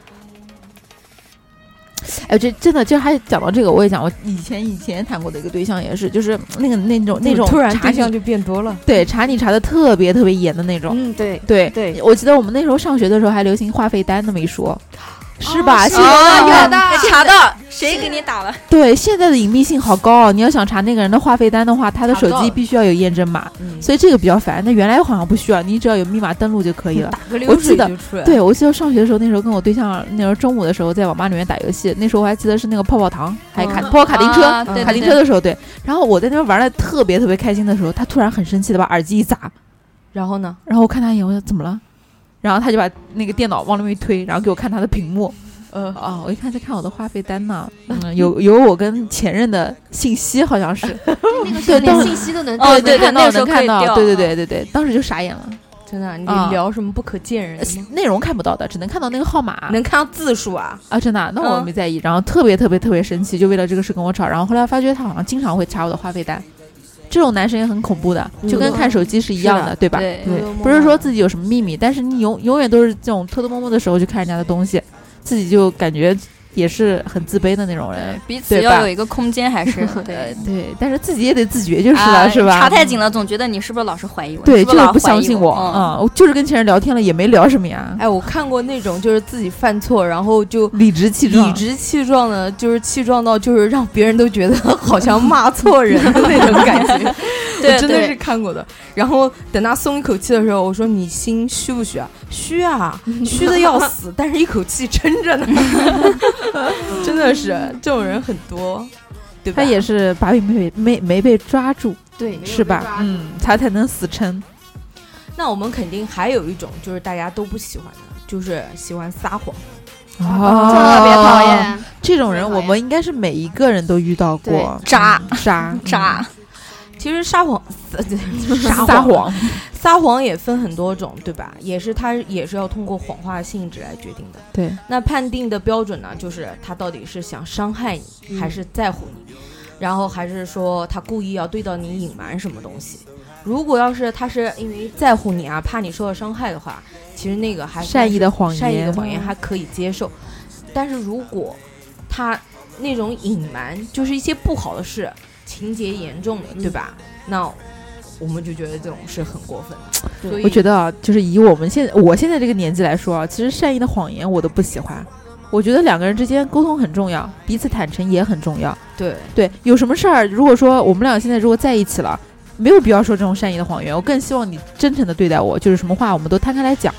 哎，这真的，就还讲到这个，我也讲，我以前以前谈过的一个对象也是，就是那个那种那种突然对象就变多了， 对，查你查的特别特别严的那种， 嗯，对对对， 我记得我们那时候上学的时候还流行话费单那么一说。是吧？ 是有的， 查到谁给你打了？ 对，现在的隐蔽性好高啊！你要想查那个人的话费单的话，他的手机必须要有验证码，所以这个比较烦。那原来好像不需要，你只要有密码登录就可以了。 打个流水就出来。 对，我记得上学的时候，那时候跟我对象，那时候中午的时候在网吧里面打游戏，那时候我还记得是那个泡泡糖，还有卡泡泡卡丁车，卡丁车的时候，对。然后我在那边玩的特别特别开心的时候，他突然很生气的把耳机一砸， 然后呢？ 然后我看他一眼，我说怎么了？然后他就把那个电脑往那边一推，然后给我看他的屏幕。呃哦，我一看在看我的话费单呢，嗯，有有我跟前任的信息，好像是那个时候连信息都能哦，对对， 那个时候看到，对对对对对，当时就傻眼了， 真的，你聊什么不可见人？ 内容看不到的，只能看到那个号码， 能看到字数啊啊，真的，那我没在意，然后特别特别特别生气，就为了这个事跟我吵，然后后来发觉他好像经常会查我的话费单。这种男生也很恐怖的，就跟看手机是一样的，对吧？ 对， 不是说自己有什么秘密，但是你永永远都是这种偷偷摸摸的时候去看人家的东西。自己就感觉也是很自卑的那种人， 彼此要有一个空间，还是对对，但是自己也得自觉就是了，啊、是吧？ 查太紧了，总觉得你是不是老是怀疑我？ 对， 就是不相信我啊、嗯！我就是跟前任聊天了，也没聊什么呀。 哎，我看过那种就是自己犯错，然后就理直气壮， 理直气壮的，就是气壮到就是让别人都觉得好像骂错人的那种感觉。 对， 我真的是看过的。然后等他松一口气的时候，我说：“你心虚不虚啊？虚啊，虚的要死，但是一口气撑着呢。”真的是这种人很多，对吧？ 他也是把柄没没没被抓住， 对， 是吧？嗯，他才能死撑。 那我们肯定还有一种，就是大家都不喜欢的，就是喜欢撒谎。 哦，特别讨厌这种人，我们应该是每一个人都遇到过。 渣渣渣。 其实撒谎， 撒谎， 撒谎也分很多种，对吧？也是他也是要通过谎话性质来决定的。 对， 那判定的标准呢，就是他到底是想伤害你，嗯、还是在乎你，然后还是说他故意要对到你隐瞒什么东西。如果要是他是因为在乎你啊，怕你受到伤害的话，其实那个还善意的谎言， 善意的谎言还可以接受。但是如果他那种隐瞒，就是一些不好的事。情节严重的，对吧？嗯、那我们就觉得这种是很过分的。所以我觉得啊，就是以我们现我现在这个年纪来说啊，其实善意的谎言我都不喜欢。我觉得两个人之间沟通很重要，彼此坦诚也很重要。 对对，有什么事儿，如果说我们俩现在如果在一起了，没有必要说这种善意的谎言。我更希望你真诚的对待我，就是什么话我们都摊开来讲。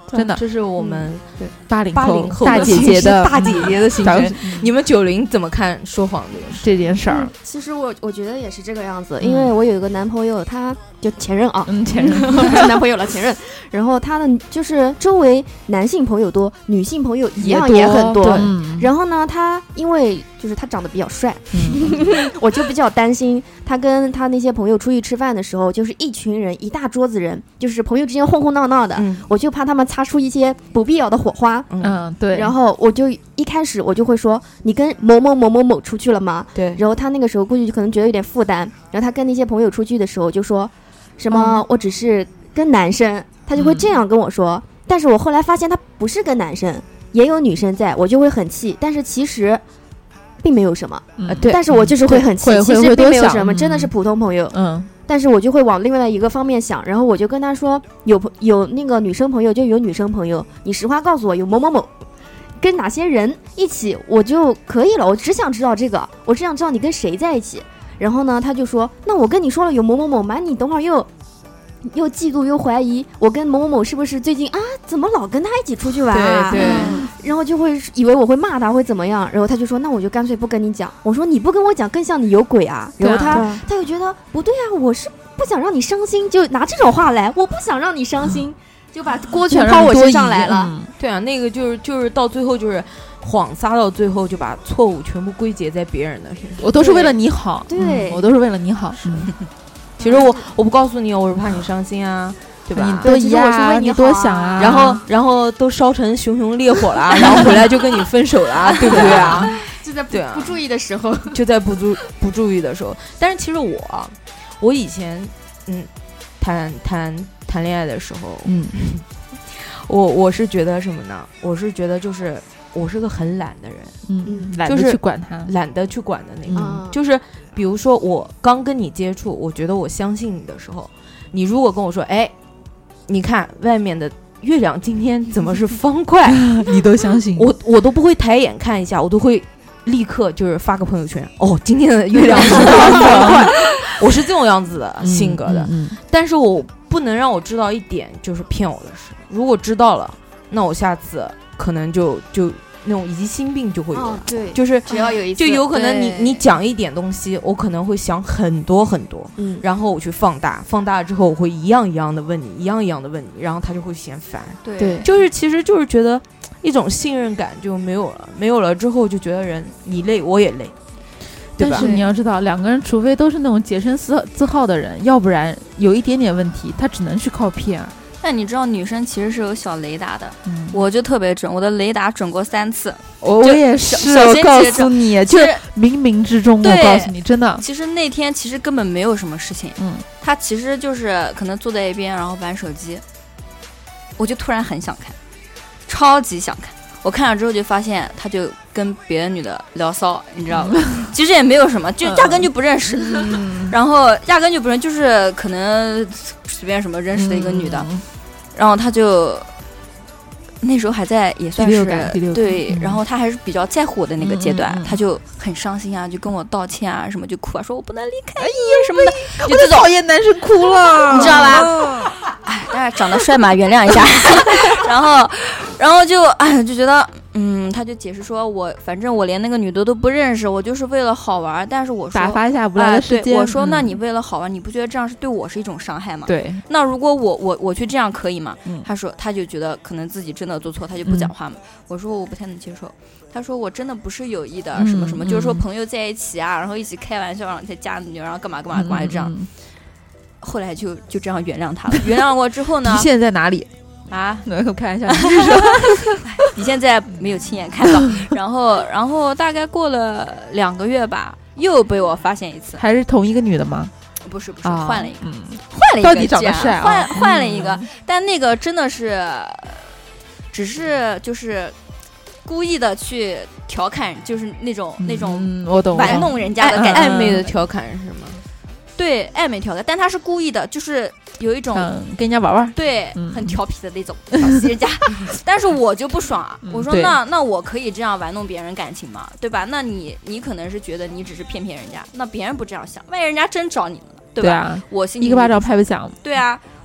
真的， 这是我们对八零八零后大姐姐的大姐姐的心声。你们九零怎么看说谎这个事这件事儿？ 其实我我觉得也是这个样子，因为我有一个男朋友，他就前任啊， 嗯，前任男朋友了，前任。然后他的就是周围男性朋友多，女性朋友一样也很多。然后呢，他因为就是他长得比较帅，嗯、我就比较担心他跟他那些朋友出去吃饭的时候，就是一群人一大桌子人，就是朋友之间哄哄闹闹的，嗯、我就怕他们擦出一些不必要的火花。 嗯，对。 然后我就一开始我就会说，你跟某某某某某出去了吗？ 对。 然后他那个时候估计就可能觉得有点负担，然后他跟那些朋友出去的时候就说什么、嗯、我只是跟男生，他就会这样跟我说。嗯、但是我后来发现他不是跟男生，也有女生在，我就会很气。但是其实并没有什么， 嗯、对。 但是我就是会很气， 嗯、 其实并没有什么，真的是普通朋友。 嗯。 但是我就会往另外一个方面想，然后我就跟他说，有有那个女生朋友就有女生朋友，你实话告诉我有某某某跟哪些人一起，我就可以了。我只想知道这个，我只想知道你跟谁在一起。然后呢，他就说，那我跟你说了有某某某嘛，你等会儿又又嫉妒又怀疑我跟某某某是不是最近啊，怎么老跟他一起出去玩啊？ 对对。 然后就会以为我会骂他会怎么样，然后他就说，那我就干脆不跟你讲。我说你不跟我讲，更像你有鬼啊。然后他、啊、他又觉得不对啊，我是不想让你伤心，就拿这种话来，我不想让你伤心。嗯，就把锅全抛我身上来了。 嗯、对啊，那个就是就是到最后就是谎撒到最后，就把错误全部归结在别人的身上。 我都是为了你好， 对、 嗯，我都是为了你好。嗯、 其实我我不告诉你，我是怕你伤心啊，对吧？ 你多疑啊，你多想啊， 然后然后都烧成熊熊烈火了，然后回来就跟你分手了，对不对啊？ 就在不、啊、不注意的时候， 就在不注不注意的时候。但是其实我我以前嗯谈谈。谈恋爱的时候，嗯，我我是觉得什么呢？我是觉得就是我是个很懒的人， 嗯，懒得去管他， 懒得去管的那种。嗯、就是比如说我刚跟你接触，我觉得我相信你的时候，你如果跟我说，哎，你看外面的月亮今天怎么是方块， 你都相信？ 我我都不会抬眼看一下，我都会立刻就是发个朋友圈，哦，今天的月亮是方块。我是这种样子的性格的，嗯嗯嗯、但是我不能让我知道一点就是骗我的事。如果知道了，那我下次可能就就那种疑心病就会有， 哦、对， 就是只要有一次， 就有可能你你讲一点东西，我可能会想很多很多，嗯，然后我去放大，放大了之后我会一样一样的问你，一样一样的问你，然后他就会嫌烦， 对， 就是其实就是觉得一种信任感就没有了，没有了之后就觉得人你累我也累。 但是你要知道，两个人除非都是那种洁身自自好的人，要不然有一点点问题，他只能去靠骗。 但你知道，女生其实是有小雷达的，嗯、我就特别准，我的雷达准过三次。 我我也是，我告诉你，就是冥冥之中，我告诉你，真的。 其实那天其实根本没有什么事情，嗯，他其实就是可能坐在一边，然后玩手机，我就突然很想看，超级想看。我看了之后就发现，他就跟别的女的聊骚，你知道吗？其实也没有什么，就压根就不认识，嗯、然后压根就不认，就是可能随便什么认识的一个女的，嗯、然后他就那时候还在也算是对，嗯、然后他还是比较在乎我的那个阶段，嗯、他就很伤心啊，就跟我道歉啊，什么就哭啊，说我不能离开你什么的， 哎、就这种讨厌男生哭了， 你知道吧？哎，但是长得帅嘛，原谅一下。然后，然后就哎就觉得，嗯，他就解释说我反正我连那个女的都不认识，我就是为了好玩。但是我说打发一下无聊的时间。 呃、我说、嗯、那你为了好玩，你不觉得这样是对我是一种伤害吗？ 对。 那如果我我我去这样可以吗？嗯、他说他就觉得可能自己真的做错，他就不讲话嘛。嗯、我说我不太能接受。他说我真的不是有意的，嗯、什么什么，嗯、就是说朋友在一起啊，然后一起开玩笑，然后再加女，然后干嘛干嘛干嘛就这样。嗯后来就就这样原谅他了。原谅过之后呢？ 底线在哪里啊？ 我看一下， 底线在没有亲眼看到。然后，然后大概过了两个月吧，又被我发现一次。 还是同一个女的吗？ 不是，不是，换了一个，嗯、换了一个， 到底长得帅啊？ 换换了一个，嗯、但那个真的是，只是就是故意的去调侃，就是那种、嗯、那种我懂玩弄人家的感觉， 暧昧的调侃是吗？ 对，暧昧调侃，但他是故意的，就是有一种、 嗯、跟人家玩玩， 对，嗯、很调皮的那种调戏人家。但是我就不爽啊！嗯、我说那那我可以这样玩弄别人感情吗？对吧？那你你可能是觉得你只是骗骗人家，那别人不这样想，万一人家真找你了呢？对吧？ 对啊， 我心里一个巴掌拍不响。 对啊，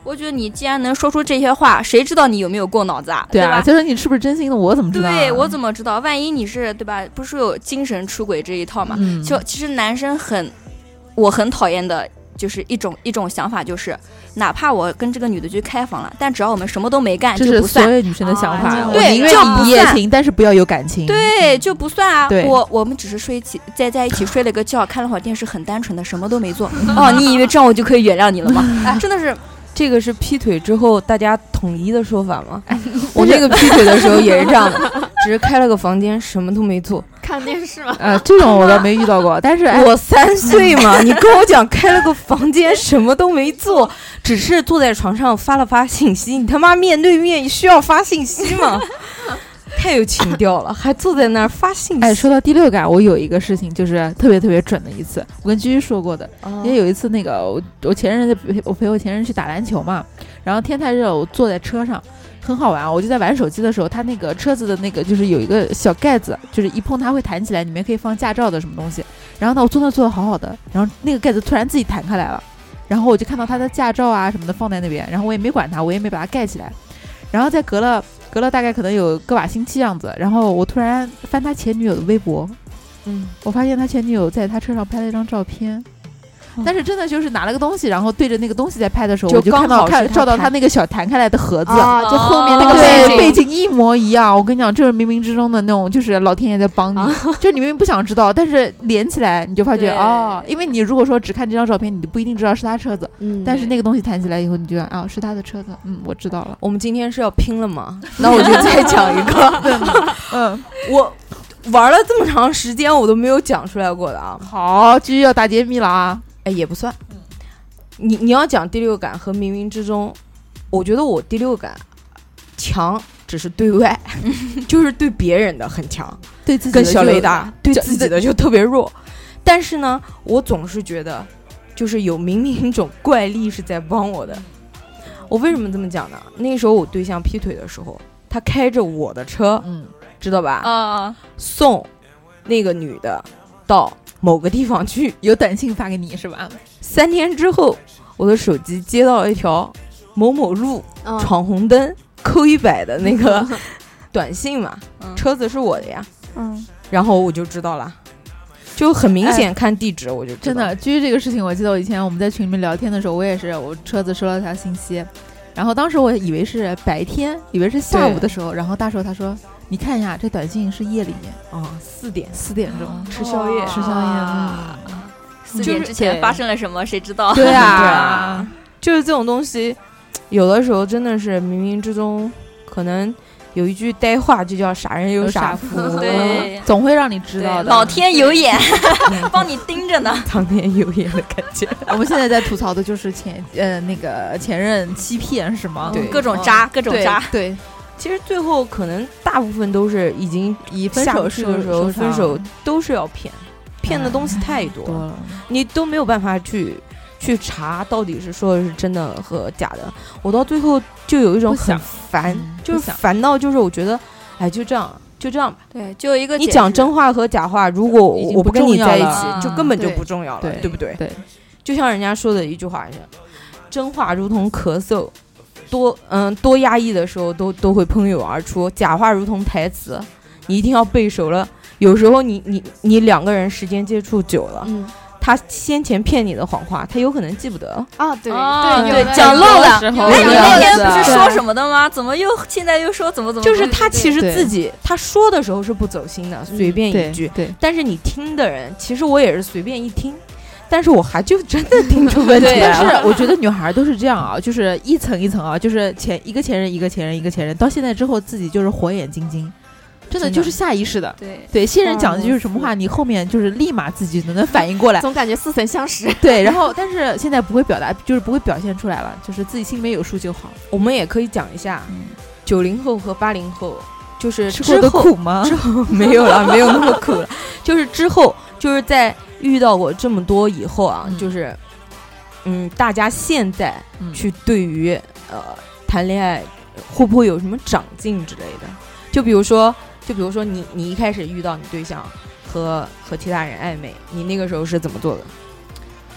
我觉得你既然能说出这些话，谁知道你有没有过脑子啊？ 对吧？ 就是你是不是真心的，我怎么知道、啊？ 对我怎么知道？万一你是对吧？不是有精神出轨这一套嘛？嗯、就其实男生很，我很讨厌的就是一种一种想法，就是哪怕我跟这个女的去开房了，但只要我们什么都没干， 这是所有女生的想法。 啊、对， 就不一夜情，但是不要有感情。 对，就不算啊。 对我我们只是睡起在在一起睡了个觉，看了会儿电视，很单纯的，什么都没做。哦，你以为这样我就可以原谅你了吗？哎，真的是。 这个是劈腿之后大家统一的说法吗？我那个劈腿的时候也是这样的，只是开了个房间，什么都没做， 看电视嘛。 呃，这种我倒没遇到过，但是、哎、 我三岁嘛，你跟我讲开了个房间，什么都没做，只是坐在床上发了发信息。你他妈面对面需要发信息吗？太有情调了，还坐在那儿发信息。 哎，说到第六感，我有一个事情就是特别特别准的一次，我跟居居说过的。哦、因为有一次那个我我前任陪我陪我前任去打篮球嘛，然后天太热，我坐在车上，很好玩。我就在玩手机的时候，他那个车子的那个就是有一个小盖子，就是一碰它会弹起来，里面可以放驾照的什么东西。然后呢，我坐那坐的好好的，然后那个盖子突然自己弹开来了，然后我就看到他的驾照啊什么的放在那边，然后我也没管他，我也没把它盖起来。然后再隔了隔了大概可能有个把星期样子，然后我突然翻他前女友的微博，嗯，我发现他前女友在他车上拍了一张照片，哦、但是真的就是拿了个东西，然后对着那个东西在拍的时候，我就看到看照到他那个小弹开来的盒子， 啊、就后面那个背景背景一模一样。我跟你讲，这是冥冥之中的那种，就是老天爷在帮你，啊、就你明明不想知道，但是连起来你就发觉哦，因为你如果说只看这张照片，你就不一定知道是他车子，嗯，但是那个东西弹起来以后，你就啊、哦、是他的车子，嗯，我知道了。 我们今天是要拼了吗？那我就再讲一个，嗯，我玩了这么长时间，我都没有讲出来过的啊。 好，继续要大揭秘了啊！ 哎，也不算。你你要讲第六感和冥冥之中，我觉得我第六感强，只是对外，就是对别人的很强， 对自己跟小雷达，对自己的就特别弱。但是呢，我总是觉得，就是有冥冥一种怪力是在帮我的。我为什么这么讲呢？那时候我对象劈腿的时候，他开着我的车，嗯，知道吧？ 啊， 送那个女的到某个地方去， 有短信发给你是吧？ 三天之后，我的手机接到了一条某某路、嗯、闯红灯扣一百的那个短信嘛，嗯、车子是我的呀，嗯，然后我就知道了，就很明显看地址我就知道。 真的，基于这个事情，我记得我以前我们在群里面聊天的时候，我也是，我车子收到条信息，然后当时我以为是白天，以为是下午的时候，然后大叔他说。你看一下，这短信是夜里面啊、哦，四点四点钟吃宵夜， 吃宵夜。嗯， 四点之前发生了什么？谁知道？ 对啊，对啊，就是这种东西，有的时候真的是冥冥之中，可能有一句呆话，就叫傻人有傻福， 对， 总会让你知道的。 老天有眼，帮你盯着呢。 当天有眼的感觉。 我们现在在吐槽的就是前呃那个前任欺骗是吗？ 对，各种渣，各种渣， 对。 其实最后可能大部分都是已经以分手式的时候分手都是要骗，骗的东西太多了，你都没有办法去去查到底是说的是真的和假的。我到最后就有一种很烦，就是烦到就是我觉得，哎，就这样就这样吧。 对，就一个你讲真话和假话，如果我不跟你在一起，就根本就不重要了，对不对？ 对， 就像人家说的一句话是，真话如同咳嗽。多嗯多压抑的时候都都会喷涌而出，假话如同台词，你一定要背熟了。有时候你你你两个人时间接触久了，嗯，他先前骗你的谎话，他有可能记不得啊。对对对， 讲漏了。 哎， 你那天不是说什么的吗？怎么又现在又说怎么怎么？ 就是他其实自己他说的时候是不走心的，随便一句， 对。 但是你听的人，其实我也是随便一听。但是我还就真的听出问题来了。 但是我觉得女孩都是这样啊，就是一层一层啊，就是前一个前任一个前任一个前任，到现在之后自己就是火眼金睛，真的就是下意识的。 对对，现任讲的就是什么话，你后面就是立马自己能反应过来， 总感觉似曾相识。 对，然后但是现在不会表达，就是不会表现出来了，就是自己心里面有数就好。 我们也可以讲一下，九零后和八零后，就是吃过的苦吗？ 之后没有了，没有那么苦了，就是之后就是在。遇到过这么多以后啊，嗯、就是，嗯，大家现在去对于、嗯、呃谈恋爱会不会有什么长进之类的？就比如说，就比如说你你一开始遇到你对象和和其他人暧昧，你那个时候是怎么做的？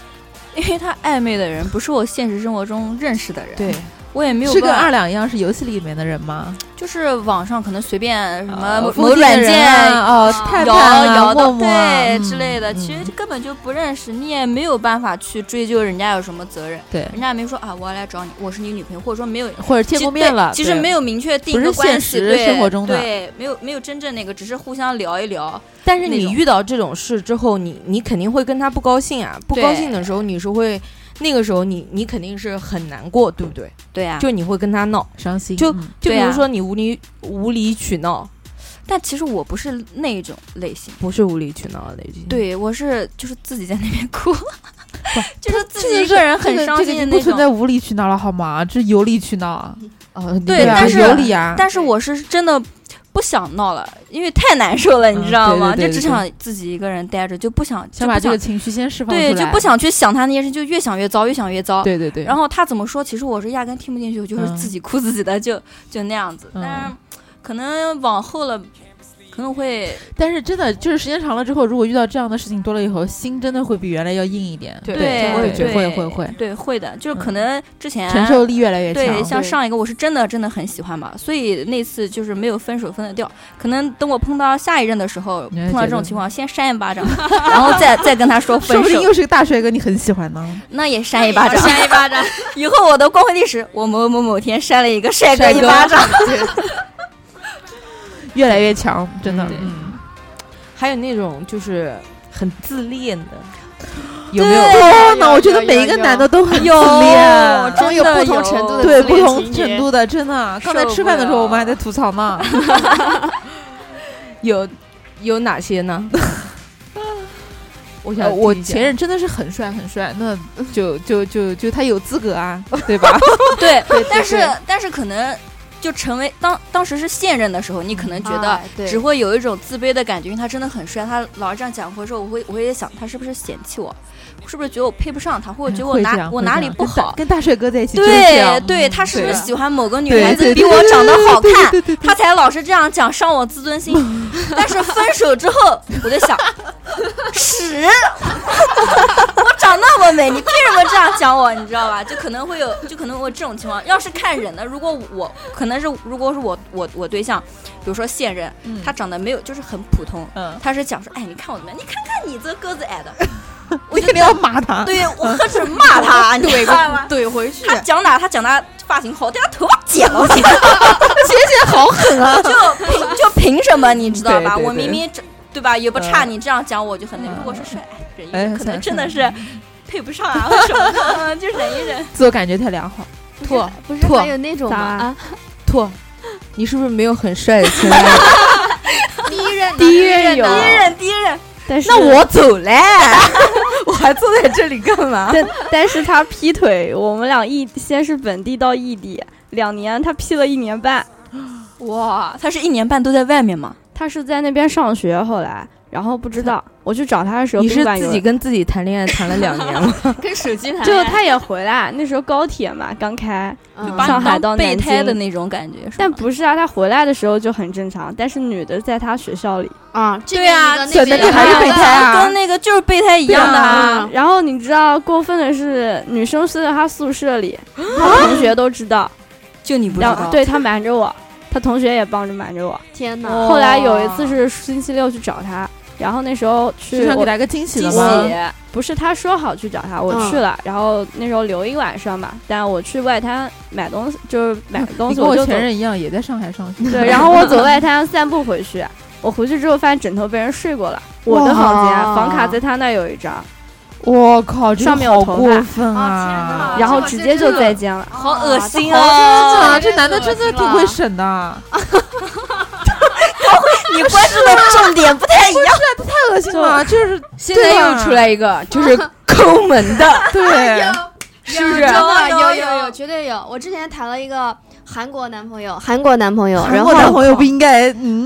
因为他暧昧的人不是我现实生活中认识的人， 对， 我也没有是跟二两一样是游戏里面的人吗？ 就是网上可能随便什么某某软件哦， 摇摇到对、 嗯、 之类的，其实根本就不认识，你也没有办法去追究人家有什么责任。 对， 人家没说啊，我要来找你，我是你女朋友，或者说没有， 或者见过面了， 其实没有明确定一个关系， 对，生活中的对，没有没有真正那个，只是互相聊一聊。 但是你遇到这种事之后，你你肯定会跟他不高兴啊，不高兴的时候你是会。那个时候你你肯定是很难过，对不对？ 对啊， 就你会跟他闹伤心， 就嗯、 就比如说你无理、啊、无理取闹， 但其实我不是那种类型， 不是无理取闹的类型。 对，我是就是自己在那边哭，就是自己一个人很伤心的那种。 这个、不存在无理取闹了好吗？这是有理取闹啊！ 哦， 对， 啊、 但是有理啊， 但是我是真的。不想闹了，因为太难受了，你知道吗？ 嗯、对对对对就只想自己一个人待着，就不想想把这个情绪先释放出来， 对，就不想去想他那件事，就越想越糟，越想越糟。 对对对。 然后他怎么说，其实我是压根听不进去，我就是自己哭自己的，嗯、就就那样子。 嗯、 但是可能往后了。可能会， 但是真的就是时间长了之后，如果遇到这样的事情多了以后，心真的会比原来要硬一点。 对， 对我也觉得会会会， 对，会的，就是可能之前、 嗯、承受力越来越强。 对，像上一个我是真的真的很喜欢嘛，所以那次就是没有分手分得掉。可能等我碰到下一任的时候，碰到这种情况，先扇一巴掌，然后再再跟他说分手。 说不定又是个大帅哥，你很喜欢呢。 那也扇一巴掌， 扇一巴掌。 以后我的光辉历史，我某某某天扇了一个帅哥一巴掌， 越来越强，真的。嗯。 还有那种就是很自恋的，有没有？ 哦，那我觉得每一个男的都很自恋， 真有不同程度的， 对不同程度的，真的。刚才吃饭的时候我们还在吐槽呢。 有有哪些呢？ 我想，我前任真的是很帅很帅，那就就就就他有资格啊，对吧？ 对，但是但是可能。就成为当当时是现任的时候，你可能觉得只会有一种自卑的感觉，因为他真的很帅，他老是这样讲，或者说我会我会想他是不是嫌弃我，是不是觉得我配不上他，或者觉得我哪我哪里不好， 跟大帅哥在一起对对，他是不是喜欢某个女孩子比我长得好看，他才老是这样讲，伤我自尊心。但是分手之后，我就想，屎，我长那么美，你凭什么这样讲我？你知道吧？就可能会有，就可能会有这种情况。要是看人的，如果我可能是，如果是我我我对象，比如说现任，嗯、他长得没有，就是很普通，嗯、他是讲说，哎，你看我怎么样？你看看你这个子矮的。 我一定要骂他， 对我何止骂他，你知道吗？ 怼回去。 他讲哪？他讲他发型好，但他头发剪了，剪剪剪好狠啊！ 就凭就凭什么？你知道吧？ 对对对我明明对吧也不差，你这样讲我就很那。如果是帅，忍一忍，可能真的是配不上啊，或什么的，就忍一忍。 自我感觉太良好。 兔不是还有那种吗？啊， 兔，你是不是没有很帅的前男友？ 第一任， 第一任有， 第一任，第一任。 但是那我走嘞，我还坐在这里干嘛？ 但但是他劈腿，我们俩异先是本地到异地两年，他劈了一年半。 哇，他是一年半都在外面吗？ 他是在那边上学，后来然后不知道，我去找他的时候， 你是自己跟自己谈恋爱谈了两年吗？ 跟手机谈， 就他也回来，那时候高铁嘛刚开， 嗯、 上海到备胎的那种感觉。 但不是啊，他回来的时候就很正常，但是女的在他学校里啊， 对啊， 这边还是备胎啊， 跟那个就是备胎一样的啊。 然后你知道过分的是，女生睡在他宿舍里，他同学都知道， 就你不知道， 对他瞒着我。他同学也帮着瞒着我。 天哪！ 后来有一次是星期六去找他，然后那时候去想给他个惊喜的吗？ 不是，他说好去找他，我去了，嗯、然后那时候留一晚上嘛。但我去外滩买东西，就是买东西。 跟我前任一样，也在上海上学。 对，然后我走外滩散步回去，我回去之后发现枕头被人睡过了。我的房间房卡在他那有一张。 我靠， 上面有头发， 过分啊！ 然后直接就再见了， 好恶心啊！这男的真的挺会审的。 你关注的重点不太一样， 不是太恶心了。就是现在又出来一个，就是抠门的， 对， 是不是？真的有有有，绝对有。我之前谈了一个韩国男朋友，韩国男朋友， 韩国男朋友不应该嗯。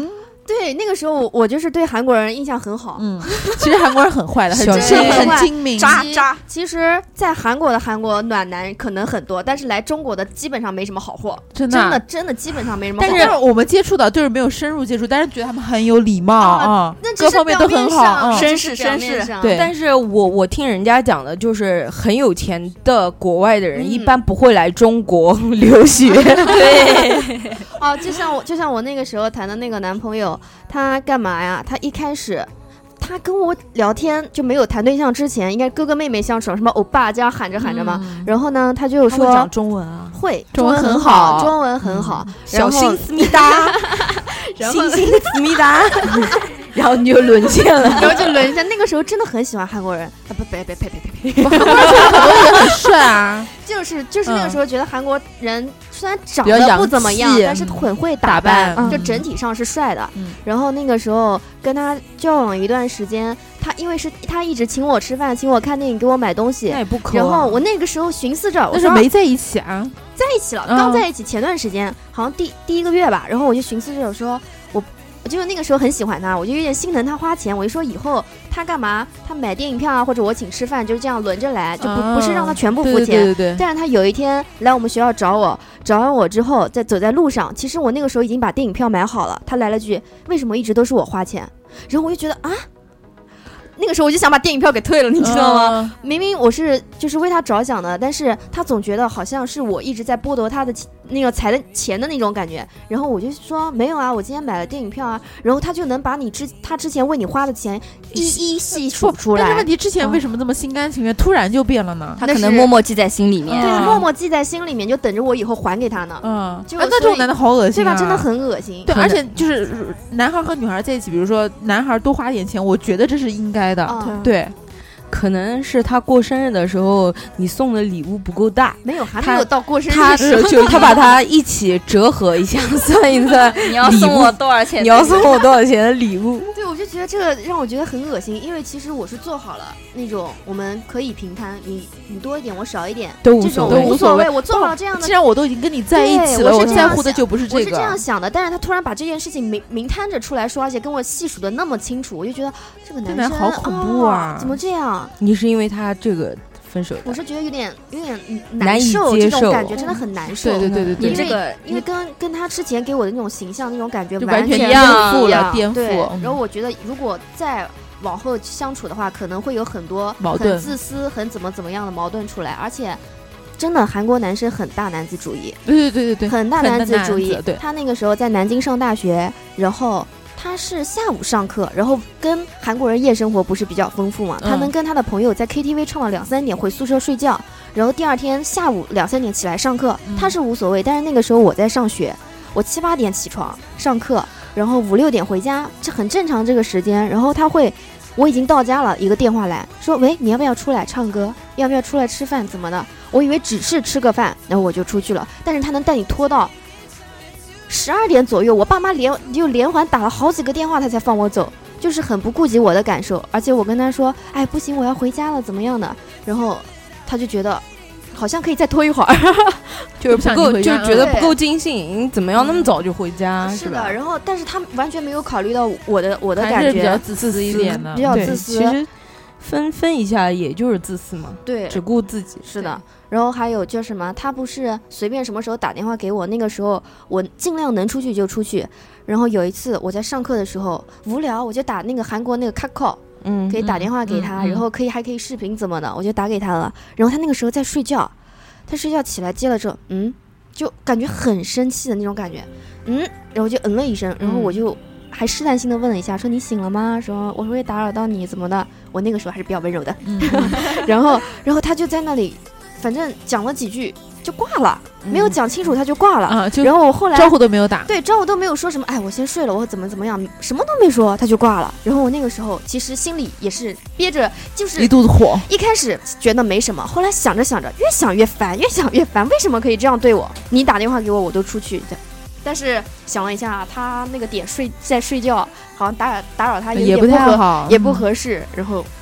对，那个时候我就是对韩国人印象很好。 嗯，其实韩国人很坏的，很真的很精明， 渣渣。 其实，在韩国的韩国暖男可能很多，但是来中国的基本上没什么好货， 真的真的真的基本上没什么好货。 但是我们接触的就是没有深入接触，但是觉得他们很有礼貌啊， 那各方面都很好， 绅士绅士。 对， 但是我我听人家讲的，就是很有钱的国外的人一般不会来中国留学。 对，哦，就像我就像我那个时候谈的那个男朋友，他干嘛呀？他一开始。他跟我聊天就没有谈对象之前，应该哥哥妹妹相处，什么欧巴这样喊着喊着嘛。嗯、然后呢，他就说他会讲中文啊， 会中文很好，中文很好。 嗯、小心思密达，星星思密达。然后你就沦陷了， 然后就沦陷。那个时候真的很喜欢韩国人啊！不，别别别别别别， 韩国人很多人很帅啊。 就是就是那个时候觉得韩国人虽然长得不怎么样，但是很会打扮， 扮就整体上是帅的。嗯、然后那个时候跟他交往一段时间，他因为是他一直请我吃饭，请我看电影，给我买东西。 那也不抠、啊。 然后我那个时候寻思着， 但是没在一起啊， 在一起了，刚在一起前段时间，嗯、好像第第一个月吧。然后我就寻思着说，我。我就是那个时候很喜欢他，我就有点心疼他花钱。我就说以后他干嘛，他买电影票啊，或者我请吃饭，就是这样轮着来，就不、啊、不是让他全部付钱。 对对对对。 但是他有一天来我们学校找我，找完我之后，在走在路上，其实我那个时候已经把电影票买好了。他来了句：“为什么一直都是我花钱？”然后我就觉得啊。那个时候我就想把电影票给退了，你知道吗？嗯、明明我是就是为他着想的，但是他总觉得好像是我一直在剥夺他的那个财的钱的那种感觉。然后我就说没有啊，我今天买了电影票啊。然后他就能把你之他之前为你花的钱一一细数出来。 但是问题之前为什么这么心甘情愿，嗯、突然就变了呢？ 他可能默默记在心里面， 对，默默记在心里面，就等着我以后还给他呢。 嗯， 就、 啊、那这种男的好恶心、啊， 对吧？真的很恶心。 对，而且就是男孩和女孩在一起，比如说男孩多花点钱，我觉得这是应该的。 嗯、 对。 可能是他过生日的时候，你送的礼物不够大， 没有，还没有到过生日的时候，他就他把它一起折合一下，算一算。 你要送我多少钱？ 你要送我多少钱的礼物？ 对，我就觉得这个让我觉得很恶心，因为其实我是做好了那种我们可以平摊，你你多一点，我少一点， 都无所谓， 无所谓。我做好了这样的， 既然我都已经跟你在一起了，我在乎的就不是这个。 我是这样想的，但是他突然把这件事情明明摊着出来说，而且跟我细数的那么清楚，我就觉得这个男生好恐怖啊！ 哦、怎么这样？ 你是因为他。他这个分手的， 我是觉得有点有点难受，这种感觉真的很难受。 对对对对对， 你这个因为跟跟他之前给我的那种形象那种感觉完全颠覆了，颠覆。 对，然后我觉得如果再往后相处的话，可能会有很多矛盾、 很自私、很怎么怎么样的矛盾出来，而且。真的，韩国男生很大男子主义， 对对对对对， 很大男子主义。 对， 他那个时候在南京上大学，然后他是下午上课，然后跟韩国人夜生活不是比较丰富嘛，嗯、他能跟他的朋友在 K T V 唱到两三点，回宿舍睡觉，然后第二天下午两三点起来上课，嗯、他是无所谓。但是那个时候我在上学，我七八点起床上课，然后五六点回家，这很正常这个时间。然后他会。我已经到家了，一个电话来说，喂，你要不要出来唱歌？要不要出来吃饭？怎么的？我以为只是吃个饭，然后我就出去了。但是他能带你拖到十二点左右，我爸妈连就连环打了好几个电话，他才放我走，就是很不顾及我的感受。而且我跟他说，哎，不行，我要回家了，怎么样的？然后他就觉得好像可以再拖一会儿， 就是不够，就觉得不够尽兴，怎么样那么早就回家？ 是的， 是然后但是他完全没有考虑到我的我的感觉， 比较自私一点的， 比较自私。 其实分分一下，也就是自私嘛， 对， 只顾自己。 是的，然后还有就是什么，他不是随便什么时候打电话给我，那个时候我尽量能出去就出去。然后有一次我在上课的时候无聊，我就打那个韩国那个 Kakao。嗯，可以打电话给他，嗯嗯、然后可以还可以视频怎么的，我就打给他了。然后他那个时候在睡觉，他睡觉起来接了之后，嗯，就感觉很生气的那种感觉，嗯，然后就嗯了一声，然后我就还试探性的问了一下，说你醒了吗？说我会打扰到你怎么的？我那个时候还是比较温柔的，嗯、然后然后他就在那里，反正讲了几句。就挂了，没有讲清楚他就挂了、 嗯、 然后我后来招呼都没有打， 对，招呼都没有说什么，哎，我先睡了，我怎么怎么样，什么都没说，他就挂了。然后我那个时候其实心里也是憋着，就是一肚子火。 一开始觉得没什么，后来想着想着，越想越烦，越想越烦，为什么可以这样对我？你打电话给我，我都出去。但是想了一下，他那个点睡在睡觉，好像打打扰他有点也不太好， 也不合适。然后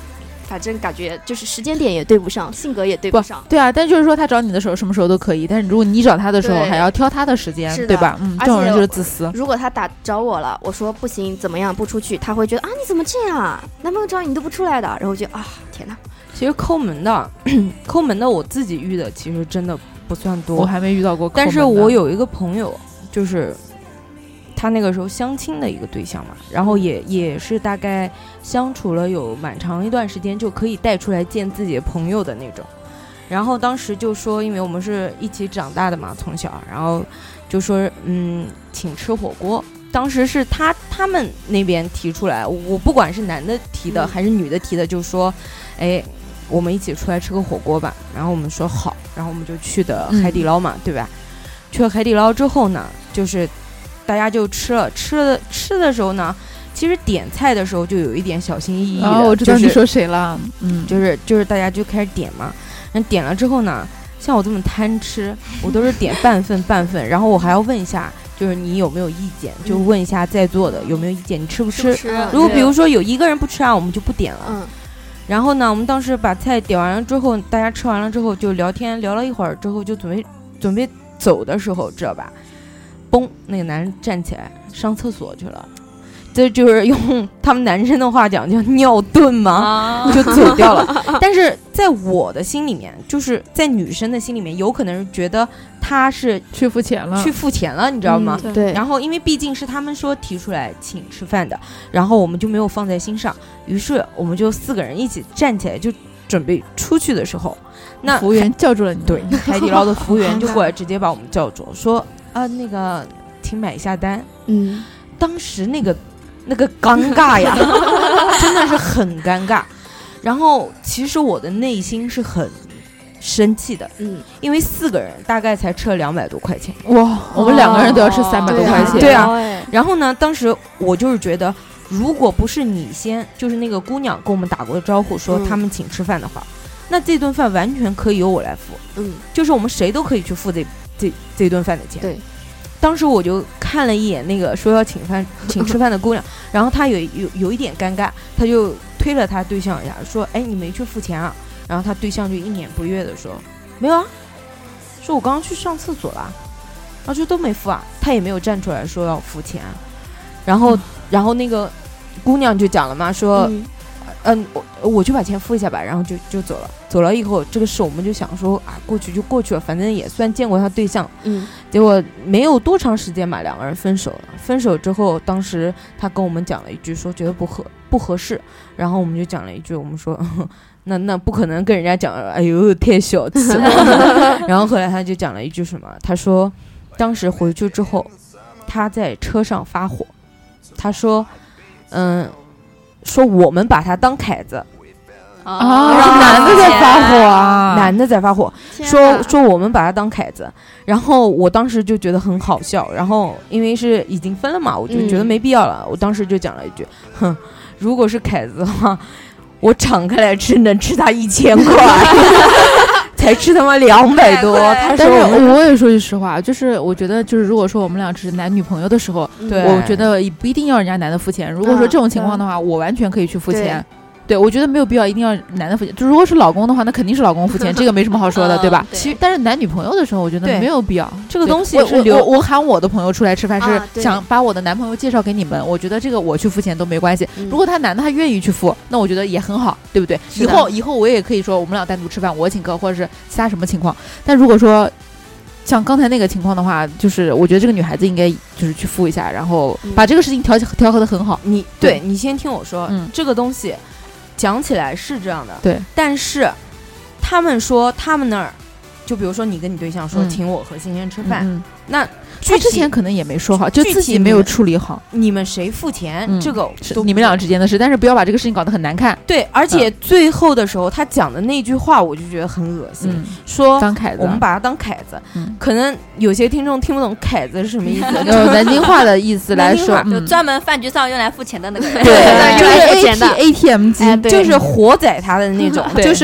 反正感觉就是时间点也对不上，性格也对不上。 不对啊，但就是说他找你的时候什么时候都可以，但是如果你找他的时候还要挑他的时间，对吧？嗯，这种人就是自私。 如果他打找我了，我说不行，怎么样不出去，他会觉得啊你怎么这样啊，男朋友找你你都不出来的，然后我就啊天哪。 其实抠门的，抠门的我自己遇的其实真的不算多， 我还没遇到过抠门的。 但是我有一个朋友，就是他那个时候相亲的一个对象嘛，然后也也是大概相处了有蛮长一段时间，就可以带出来见自己的朋友的那种。然后当时就说，因为我们是一起长大的嘛，从小，然后就说嗯，请吃火锅。当时是他他们那边提出来，我不管是男的提的、嗯、还是女的提的，就说，哎，我们一起出来吃个火锅吧。然后我们说好，然后我们就去的海底捞嘛，嗯、对吧？去了海底捞之后呢，就是大家就吃了，吃了吃的时候呢，其实点菜的时候就有一点小心翼翼的。 哦，我知道你说谁了， 嗯，就是就是大家就开始点嘛，那点了之后呢，像我这么贪吃，我都是点半份半份，然后我还要问一下。就是你有没有意见？就问一下在座的有没有意见，你吃不吃？ 吃如果比如说有一个人不吃啊，我们就不点了。 嗯。 然后呢，我们当时把菜点完了之后，大家吃完了之后就聊天，聊了一会儿之后就准备准备走的时候，知道吧？嘣，那个男人站起来上厕所去了。这就是用他们男生的话讲叫尿遁嘛、啊，就走掉了。但是在我的心里面，就是在女生的心里面，有可能是觉得他是去付钱了， 去付钱了，你知道吗？ 嗯、对。 然后因为毕竟是他们说提出来请吃饭的，然后我们就没有放在心上，于是我们就四个人一起站起来就准备出去的时候，那服务员叫住了你， 对，海底捞的服务员就过来直接把我们叫住，说啊那个请买下单。 嗯， 当时那个。那个尴尬呀，真的是很尴尬。然后其实我的内心是很生气的， 嗯， 因为四个人大概才吃了两百多块钱， 哇，我们两个人都要吃三百多块钱， 对啊。然后呢，当时我就是觉得，如果不是你先，就是那个姑娘跟我们打过招呼说他们请吃饭的话，嗯、那这顿饭完全可以由我来付， 嗯， 就是我们谁都可以去付这这这顿饭的钱， 对。 当时我就看了一眼那个说要请饭请吃饭的姑娘，然后她有有有一点尴尬，她就推了她对象一下，说：“哎，你没去付钱啊？”然后她对象就一脸不悦的说：“没有啊，说我刚刚去上厕所了。”然后就都没付啊，她也没有站出来说要付钱。然后，嗯、然后那个姑娘就讲了嘛，说：“嗯，嗯我我去把钱付一下吧。”然后就就走了。走了以后，这个事我们就想说啊，过去就过去了，反正也算见过他对象。 嗯， 结果没有多长时间吧，两个人分手了。分手之后，当时他跟我们讲了一句，说觉得不合不合适，然后我们就讲了一句，我们说那那不可能跟人家讲，哎呦太小气了。然后后来他就讲了一句什么，他说当时回去之后，他在车上发火，他说嗯，说我们把他当凯子。 啊！让男的在发火啊！ 男的在发火，说说我们把他当凯子，然后我当时就觉得很好笑，然后因为是已经分了嘛，我就觉得没必要了。嗯、我当时就讲了一句：“哼，如果是凯子的话，我敞开来吃能吃他一千块，才吃他妈两百多。”他说：“ 我也说句实话，就是我觉得，就是如果说我们俩只是男女朋友的时候， 对， 我觉得也不一定要人家男的付钱。如果说这种情况的话，嗯、我完全可以去付钱。”对，我觉得没有必要一定要男的付钱。就如果是老公的话，那肯定是老公付钱，这个没什么好说的，对吧？ 其实，但是男女朋友的时候，我觉得没有必要。 这个东西是我我我喊我的朋友出来吃饭，是想把我的男朋友介绍给你们。我觉得这个我去付钱都没关系。 嗯、 如果他男的他愿意去付，那我觉得也很好，对不对？以后以后我也可以说我们俩单独吃饭，我请客，或者是其他什么情况。但如果说像刚才那个情况的话，就是我觉得这个女孩子应该就是去付一下，然后把这个事情调调和的很好。 你对你先听我说，嗯，这个东西。讲起来是这样的， 对， 但是他们说他们那儿，就比如说你跟你对象说、嗯、请我和欣欣吃饭， 嗯、 那他之前可能也没说好，就自己没有处理好， 你们谁付钱、嗯、这个是你们俩之间的事，但是不要把这个事情搞得很难看。 对，而且最后的时候、嗯、他讲的那句话我就觉得很恶心， 嗯、 说当凯子， 我们把他当凯子、 嗯， 可能有些听众听不懂凯子是什么意思， 用南京话的意思来说， 就专门饭局上用来付钱的那个人， 对， 就是 A T A T M 机、 哎，就是活宰他的那种，就是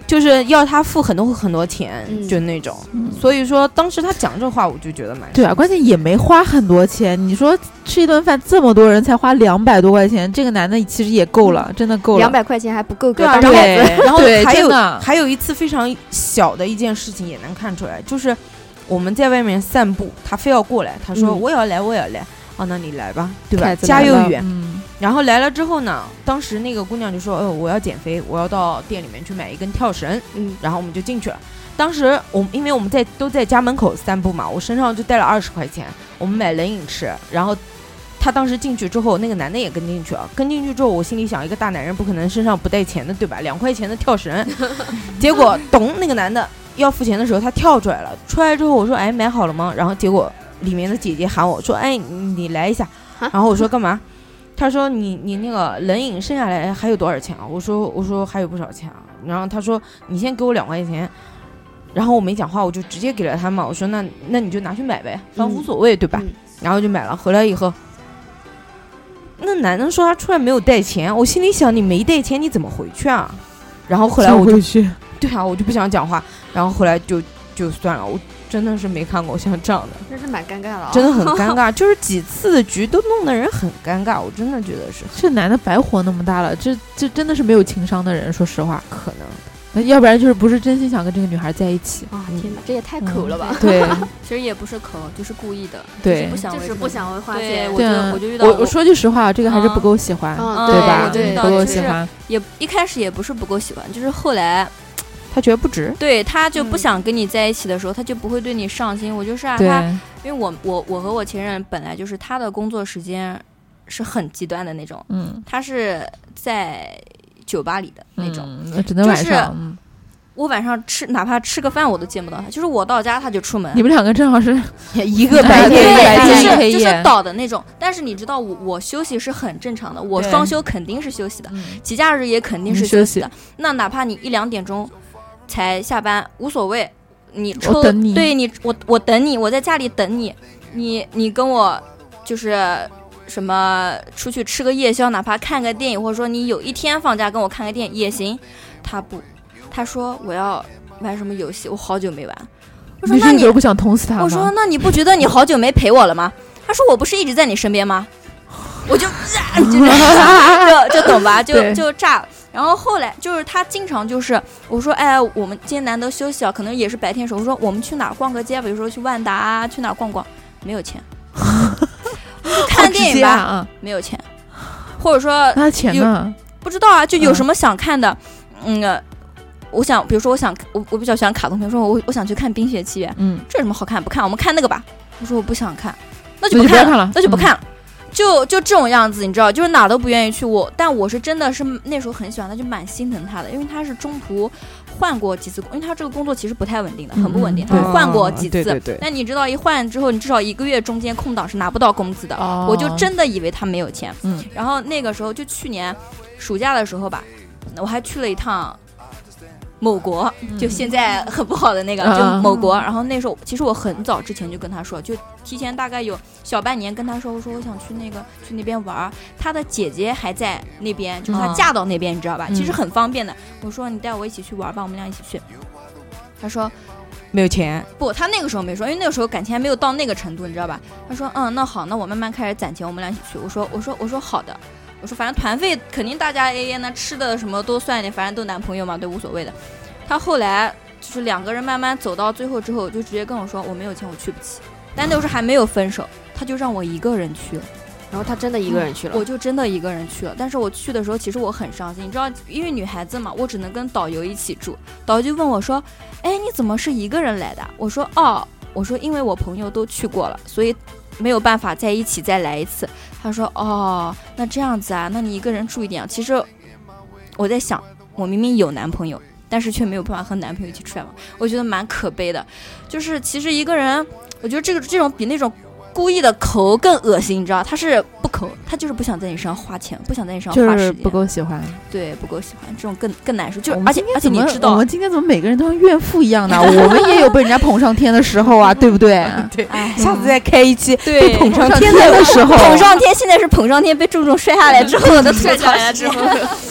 就是要他付很多很多钱， 嗯、 就那种、嗯。所以说当时他讲这话，我就觉得蛮对啊，关键也没花很多钱。你说吃一顿饭这么多人才花两百多块钱，这个男的其实也够了，真的够了。 两百块钱还不够个大对， 然后还有还有一次非常小的一件事情也能看出来，就是我们在外面散步，他非要过来，他说、嗯、我也要来，我也要来。哦，那你来吧，对吧？家又远、嗯，然后来了之后呢，当时那个姑娘就说：“哦，我要减肥，我要到店里面去买一根跳绳。”嗯，然后我们就进去了。当时我因为我们在都在家门口散步嘛，我身上就带了二十块钱，我们买冷饮吃。然后他当时进去之后，那个男的也跟进去了。跟进去之后，我心里想，一个大男人不可能身上不带钱的，对吧？两块钱的跳绳，结果咚，那个男的要付钱的时候，他跳出来了。出来之后，我说：“哎，买好了吗？”然后结果。里面的姐姐喊我说：“哎，你来一下。”然后我说：“干嘛？”他说：“你你那个冷饮剩下来还有多少钱啊？”我说：“我说还有不少钱啊。”然后他说：“你先给我两块钱。”然后我没讲话，我就直接给了他嘛。我说：“那那你就拿去买呗，反正无所谓，嗯、对吧？”嗯、然后就买了。回来以后，那男的说他出来没有带钱，我心里想：你没带钱你怎么回去啊？然后后来我就去，对啊，我就不想讲话。然后后来就就算了，我。真的是没看过像这样的， 真是蛮尴尬的、哦， 真的很尴尬，就是几次的局都弄得人很尴尬，我真的觉得是这男的白活那么大了，这这真的是没有情商的人，说实话， 可能， 那要不然就是不是真心想跟这个女孩在一起啊！天哪，这也太抠了吧！ 嗯、对， 其实也不是抠，就是故意的， 对， 不想就是不想为花钱。 我就我就遇到我我说句实话，这个还是不够喜欢， 嗯、 对吧？ 对， 不够喜欢， 也一开始也不是不够喜欢，就是后来。 他觉得不值， 对他就不想跟你在一起的时候，嗯、他就不会对你上心。我就是啊，他因为我我我和我前任本来就是他的工作时间是很极端的那种，嗯，他是在酒吧里的那种， 嗯、只能晚上。 就是我晚上吃，哪怕吃个饭我都见不到他。就是我到家他就出门。 你们两个正好是一个白天一个白天黑夜，就是倒的那种。但是你知道我我休息是很正常的，我双休肯定是休息的，节假日也肯定是休息的。那哪怕你一两点钟。才下班无所谓，你抽你对你我我等你，我在家里等你，你你跟我就是什么出去吃个夜宵，哪怕看个电影，或者说你有一天放假跟我看个电影也行。他不，他说我要玩什么游戏，我好久没玩。我说那你不想捅死他吗？ 我说那你不觉得你好久没陪我了吗？他说我不是一直在你身边吗？我就、啊、就就就懂吧，就就炸了。然后后来就是他经常就是我说哎，我们今天难得休息啊，可能也是白天时候，我说我们去哪儿逛个街，比如说去万达啊，去哪儿逛逛，没有钱。看电影吧、啊、没有钱，或者说那钱呢？ 不知道啊，就有什么想看的，嗯。嗯我想，比如说，我想，我我比较喜欢卡通片，说我我想去看《冰雪奇缘》，嗯，这有什么好看？不看，我们看那个吧。我说我不想看，那就不看了，那就不看了，就就这种样子，你知道，就是哪都不愿意去。我，但我是真的是那时候很喜欢他，就蛮心疼他的，因为他是中途换过几次，因为他这个工作其实不太稳定的，很不稳定，他换过几次。 对对。 那你知道，一换之后，你至少一个月中间空档是拿不到工资的。哦。我就真的以为他没有钱。嗯。然后那个时候，就去年暑假的时候吧，我还去了一趟。某国就现在很不好的那个、嗯、就某国，然后那时候其实我很早之前就跟他说，就提前大概有小半年跟他说，我说我想去那个去那边玩，他的姐姐还在那边，就是他嫁到那边、嗯、你知道吧，其实很方便的。我说你带我一起去玩吧，我们俩一起去。他说没有钱， 不，他那个时候没说，因为那个时候感情还没有到那个程度，你知道吧。他说嗯，那好，那我慢慢开始攒钱，我们俩一起去。我说我说我说好的，我说反正团费肯定大家 A A 呢，吃的什么都算一点，反正都男朋友嘛，都无所谓的。他后来就是两个人慢慢走到最后之后，就直接跟我说我没有钱，我去不起。但那时候还没有分手，他就让我一个人去了。 然后他真的一个人去了、 嗯、我就真的一个人去了。但是我去的时候其实我很伤心，你知道，因为女孩子嘛，我只能跟导游一起住。导游就问我说哎，你怎么是一个人来的？我说哦，我说因为我朋友都去过了，所以没有办法在一起再来一次。他说哦，那这样子啊，那你一个人住一点。其实我在想，我明明有男朋友，但是却没有办法和男朋友一起出来玩，我觉得蛮可悲的。就是其实一个人，我觉得这个这种比那种故意的抠更恶心，你知道，他是不抠，他就是不想在你身上花钱，不想在你身上花时间， 就是不够喜欢， 对，不够喜欢，这种更更难受。就而且而且你知道， 我们今天怎么每个人都像怨妇一样的？我们也有被人家捧上天的时候啊，对不对？ 对，下次再开一期对被捧上天的时候， 捧上天现在是捧上天被重重摔下来之后的摔下来之后。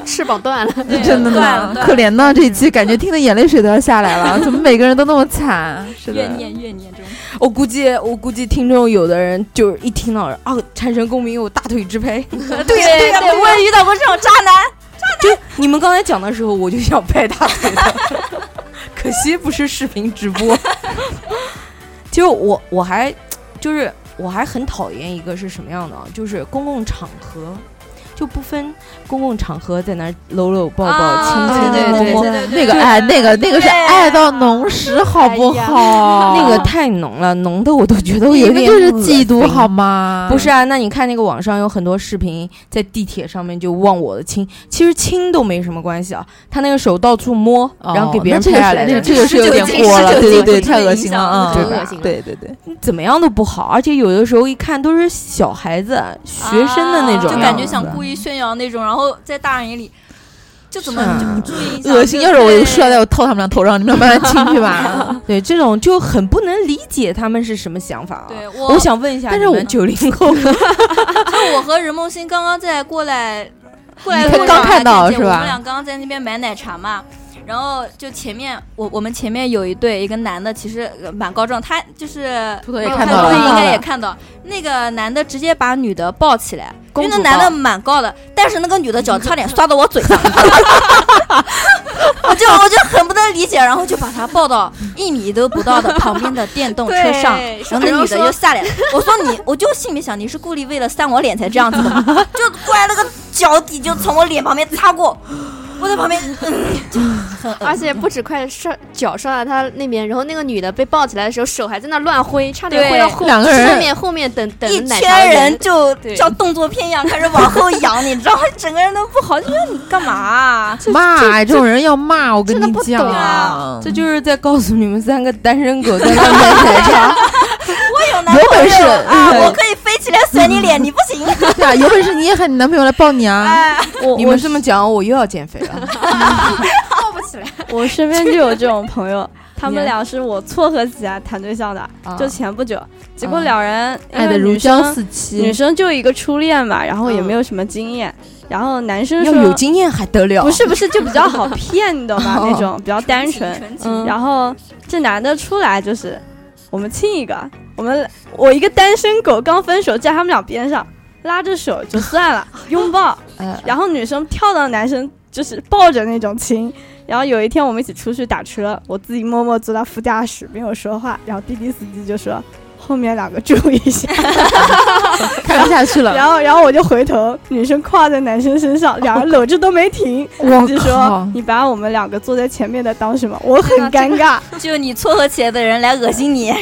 翅膀断了， 真的呢，可怜呢。这一期感觉听的眼泪水都要下来了，怎么每个人都那么惨？是的， 越念越念中。 我估计，我估计听众有的人就是一听到啊，产生共鸣，我大腿直拍。对对对，我也遇到过这种渣男。 就你们刚才讲的时候，我就想拍大腿的，可惜不是视频直播。其实我我还就是我还很讨厌一个是什么样的，就是公共场合。就不分公共场合在那搂搂抱抱亲亲摸摸， 那个爱那个那个是爱到浓时，好不好？ 那个太浓了，浓的我都觉得我有点就是嫉妒好吗？ 不是啊，那你看那个网上有很多视频，在地铁上面就忘我的亲，其实亲都没什么关系啊，他那个手到处摸，然后给别人拍下来的， 这个是有点过了，对对对，太恶心了啊， 对吧？ 对对对， 怎么样都不好，而且有的时候一看都是小孩子、学生的那种， 就感觉想故意宣扬那种，然后在大人眼里就怎么就不注意一下， 恶心。要是我摔在我套他们俩头上，你们慢慢亲去吧。 对，这种就很不能理解他们是什么想法。 对， 我我想问一下， 但是我九零后， 就我和任梦欣刚刚在过来过来， 刚看到是吧？ 我们俩刚刚在那边买奶茶嘛。然后就前面我我们前面有一对一个男的，其实蛮高壮，他就是秃头也看到了， 应该也看到那个男的直接把女的抱起来，因为那男的蛮高的，但是那个女的脚差点刷到我嘴上，我就我就很不能理解，然后就把他抱到一米都不到的旁边的电动车上，然后那女的就下来了。我说你，我就心里想你是故意为了扇我脸才这样子的吗？就过来那个脚底就从我脸旁边擦过。我在旁边、嗯， 而且不止快摔脚摔到他那边，然后那个女的被抱起来的时候，手还在那乱挥，差点挥到后两个人后面后面等等一奶圈人就像动作片一样开始往后仰，你知道，整个人都不好，就说你干嘛、啊？ 骂这种人要骂，我跟你讲， 啊、 这就是在告诉你们三个单身狗在那买奶茶。 我有男朋友啊，我可以飞起来甩你脸，你不行。 对啊，有本事你也喊你男朋友来抱你啊！ 哎、 我你们这么讲，我又要减肥了， 抱不起来。 我身边就有这种朋友，他们俩是我撮合起来谈对象的，啊、就前不久，结果两人爱得如胶似漆， 女生就一个初恋嘛，然后也没有什么经验。嗯然后男生说要有经验还得了？ 不是不是，就比较好骗，你懂吗？那种比较单纯。嗯、然后这男的出来就是我们亲一个，我们我一个单身狗刚分手，在他们俩边上拉着手就算了，拥抱。然后女生跳到男生就是抱着那种亲。然后有一天我们一起出去打车，我自己默默坐到副驾驶没有说话，然后滴滴司机就说。后面两个注意一下， 看不下去了。 然后，然后我就回头，女生跨在男生身上，两人搂着都没停。 我就说：“你把我们两个坐在前面的当什么？”我很尴尬， 就你撮合起来的人来恶心你。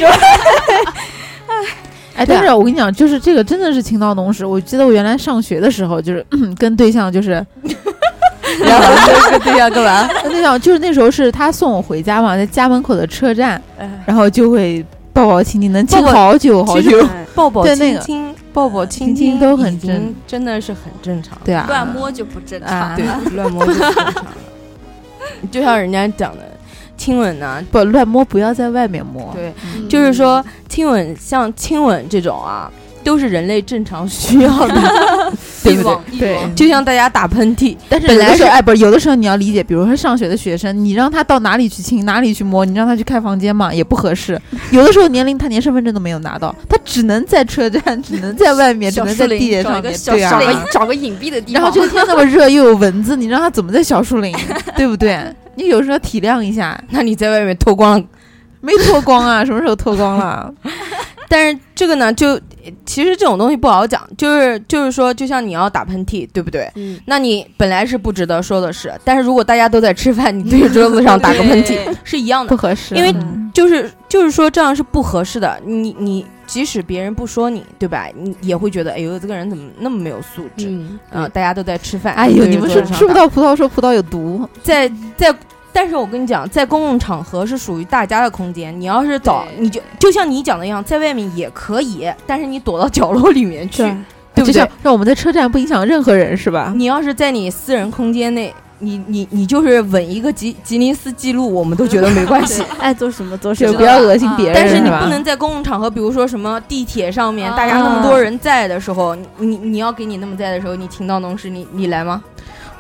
哎，但是我跟你讲，就是这个真的是情到浓时。我记得我原来上学的时候，就是、嗯、跟对象就是。然后跟对象干嘛？跟对象就是那时候是他送我回家嘛，在家门口的车站，然后就会。抱抱亲亲能亲好久好久， 抱抱亲亲，抱抱亲亲都很正， 真的是很正常。 对啊， 乱摸就不正常。 啊、对，乱摸就不正常了。就像人家讲的，亲吻呢、啊， 不乱摸，不要在外面摸。 对，嗯、就是说亲吻，像亲吻这种啊。都是人类正常需要的，对不对？ 对， 就像大家打喷嚏， 但是本来是哎，不是有的时候你要理解，比如说上学的学生，你让他到哪里去亲，哪里去摸，你让他去开房间嘛，也不合适。有的时候年龄他连身份证都没有拿到，他只能在车站，只能在外面，只能在地铁上面，对啊， 找个找个隐蔽的地方。 然后这个天那么热，又有蚊子，你让他怎么在小树林，对不对？你有时候体谅一下。 那你在外面脱光了？ 没脱光啊，什么时候脱光了？ 但是这个呢，就其实这种东西不好讲，就是就是说，就像你要打喷嚏，对不对？嗯，那你本来是不值得说的事，但是如果大家都在吃饭，你对着桌子上打个喷嚏是一样的， 不合适。 因为就是就是说这样是不合适的。你你即使别人不说你，对吧？你也会觉得，哎呦，这个人怎么那么没有素质？嗯，呃、大家都在吃饭， 哎呦，你们是吃不到葡萄说葡萄有毒， 在在。但是我跟你讲，在公共场合是属于大家的空间，你要是找你就就像你讲的一样，在外面也可以，但是你躲到角落里面去，对不对？ 让我们在车站不影响任何人，是吧？ 你要是在你私人空间内，你你你就是吻一个吉吉尼斯纪录，我们都觉得没关系， 爱做什么做什么， 不要恶心别人。 但是你不能在公共场合，比如说什么地铁上面，大家那么多人在的时候，你你要给你那么在的时候，你情到浓时，你你来吗？ 不。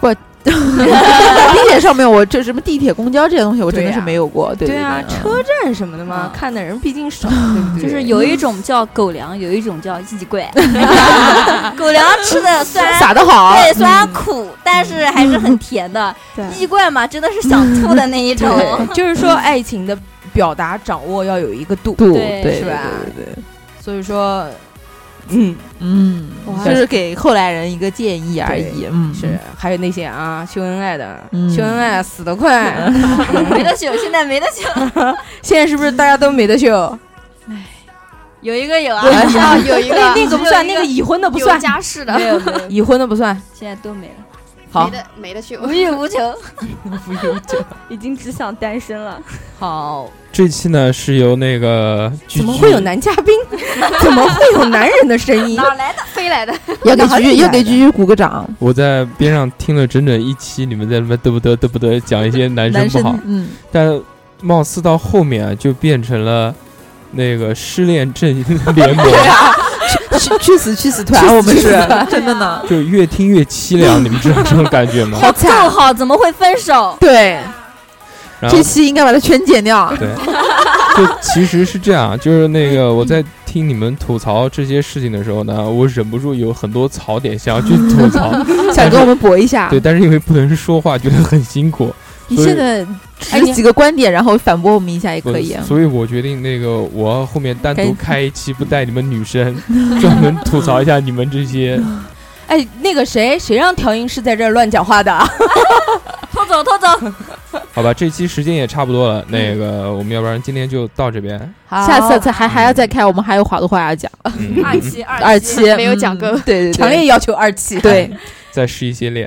地铁上面我这什么地铁、公交这些东西，我真的是没有过。对对啊，车站什么的嘛，看的人毕竟少，对不对？ 就是有一种叫狗粮，有一种叫异怪。狗粮吃的虽然撒的好， 对，虽然苦，但是还是很甜的。异怪嘛，真的是想吐的那一种。 就是说，爱情的表达掌握要有一个度， 度对，是吧？ 对对。 所以说。嗯嗯，就是给后来人一个建议而已。嗯， 是，还有那些啊秀恩爱的，嗯、秀恩爱死得快， 没得秀，现在没得秀。 现在是不是大家都没得秀？ 哎，有一个有啊， 啊有一个那个不算，那个已婚的不算， 有家室的没有没有， 已婚的不算， 现在都没了。 好， 没得没得秀， 无欲无求， 无欲无求， 已经只想单身了。 好， 这期呢是由那个怎么会有男嘉宾？怎么会有男人的声音？ 哪来的？飞来的？ 要给居居，要给居居鼓个掌。 我在边上听了整整一期，你们在那边嘚不嘚嘚不嘚讲一些男生不好， 嗯， 但貌似到后面啊就变成了那个失恋阵营联盟。 去去死去死团，我们是真的呢， 就越听越凄凉，你们知道这种感觉吗？ 好惨，好，怎么会分手？ 对，这期应该把它全剪掉。 对，就其实是这样，就是那个我在听你们吐槽这些事情的时候呢，我忍不住有很多槽点想要去吐槽， 想跟我们驳一下。 对，但是因为不能说话，觉得很辛苦。 你现在指几个观点，然后反驳我们一下也可以啊。 所以我决定，那个我后面单独开一期，不带你们女生，专门吐槽一下你们这些。 哎，那个谁，谁让调音师在这儿乱讲话的？ 偷走，偷走。 好吧，这期时间也差不多了，那个我们要不然今天就到这边。 下次再还还要再开，我们还有好多话要讲。 嗯、二期， 二期没有讲够， 嗯、对对对， 强烈要求二期。 对， 再试一些练。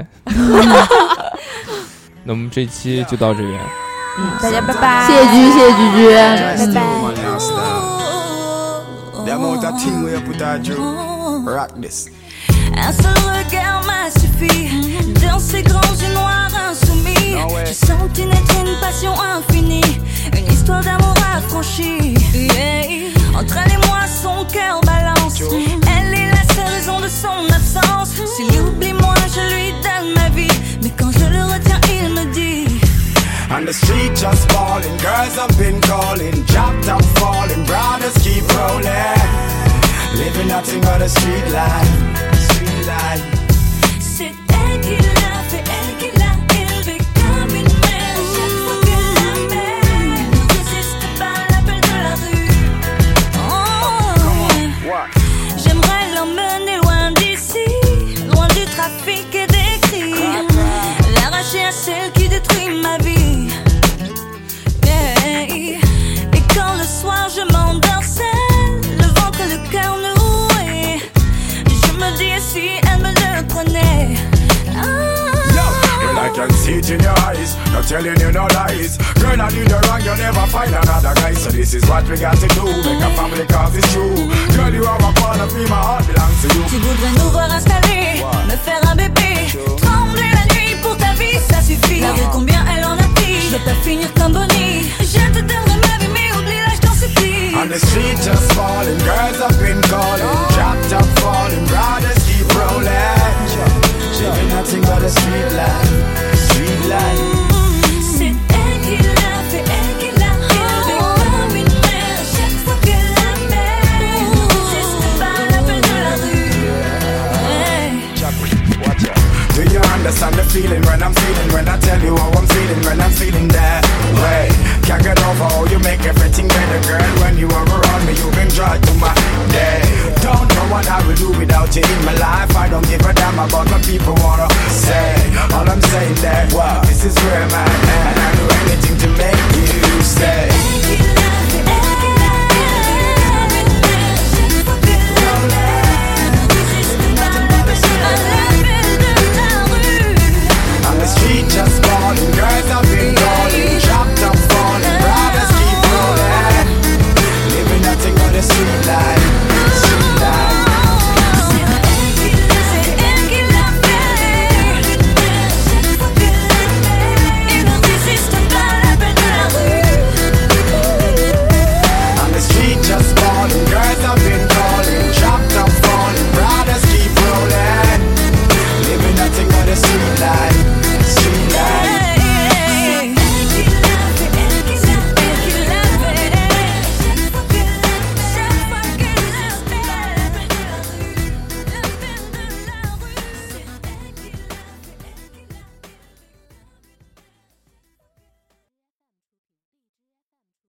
那我们这期就到这边， 嗯，大家拜拜， 谢谢居，谢谢居居， 拜拜。 Un seul regard m'a suffi. Dans ces grands yeux noirs insoumis, j'ai senti naître une passion infinie, une histoire d'amour affranchie. Yeah. Entre elle et moi, son cœur balance. Elle est la seule raison de son absence. S'il oublie moi, je lui donne ma vie, mais quand je le retiens, il me dit. On the street just falling, girls have been calling, chopped up falling, brothers keep rolling, living nothing but a street life, street life. C'est elle qui l'a fait, elle qui l'a élevé comme une mère. Chaque fois que la mère ne résiste pas à l'appel de la rue. Oh, j'aimerais l'emmener loin d'ici, loin du trafic et des cris, l'arracher à celle qui détruit ma vie. Yeah. Et quand le soir je m'endors seule, le ventre et le cœur noué, je me dis si elle me le prenait. I can see it in your eyes, not telling you no lies. Girl, I do the wrong, you'll never find another guy. So this is what we got to do, make a family cause it's true. Girl, you are a part of me, my heart belongs to you. Tu voudrais nous voir installer, me faire un bébé, trembler la nuit pour ta vie, ça suffit. Malgré combien elle en a pris, je veux pas finir comme Bonnie. Je te donnerai ma vie, mais oublie-la, je t'en supplie. On the street just falling, girls have been calling, chopped up falling, brothers keep rolling. Living nothing but a street life, street life. C'est elle qui l'a fait, elle qui l'a élevé comme une mère. Chaque fois que la mère ne résiste pas à l'appel de la rue. Hey. Do you understand the feeling when I'm feeling, when I tell you how I'm feeling, when I'm feeling that way? Can't get over how you make everything better, girl. When you are around me, you bring joy to my day. Don't know what I will do without you in my life. I don't give a damn about what people wanna say. All I'm saying that, wow, this is where I'm at.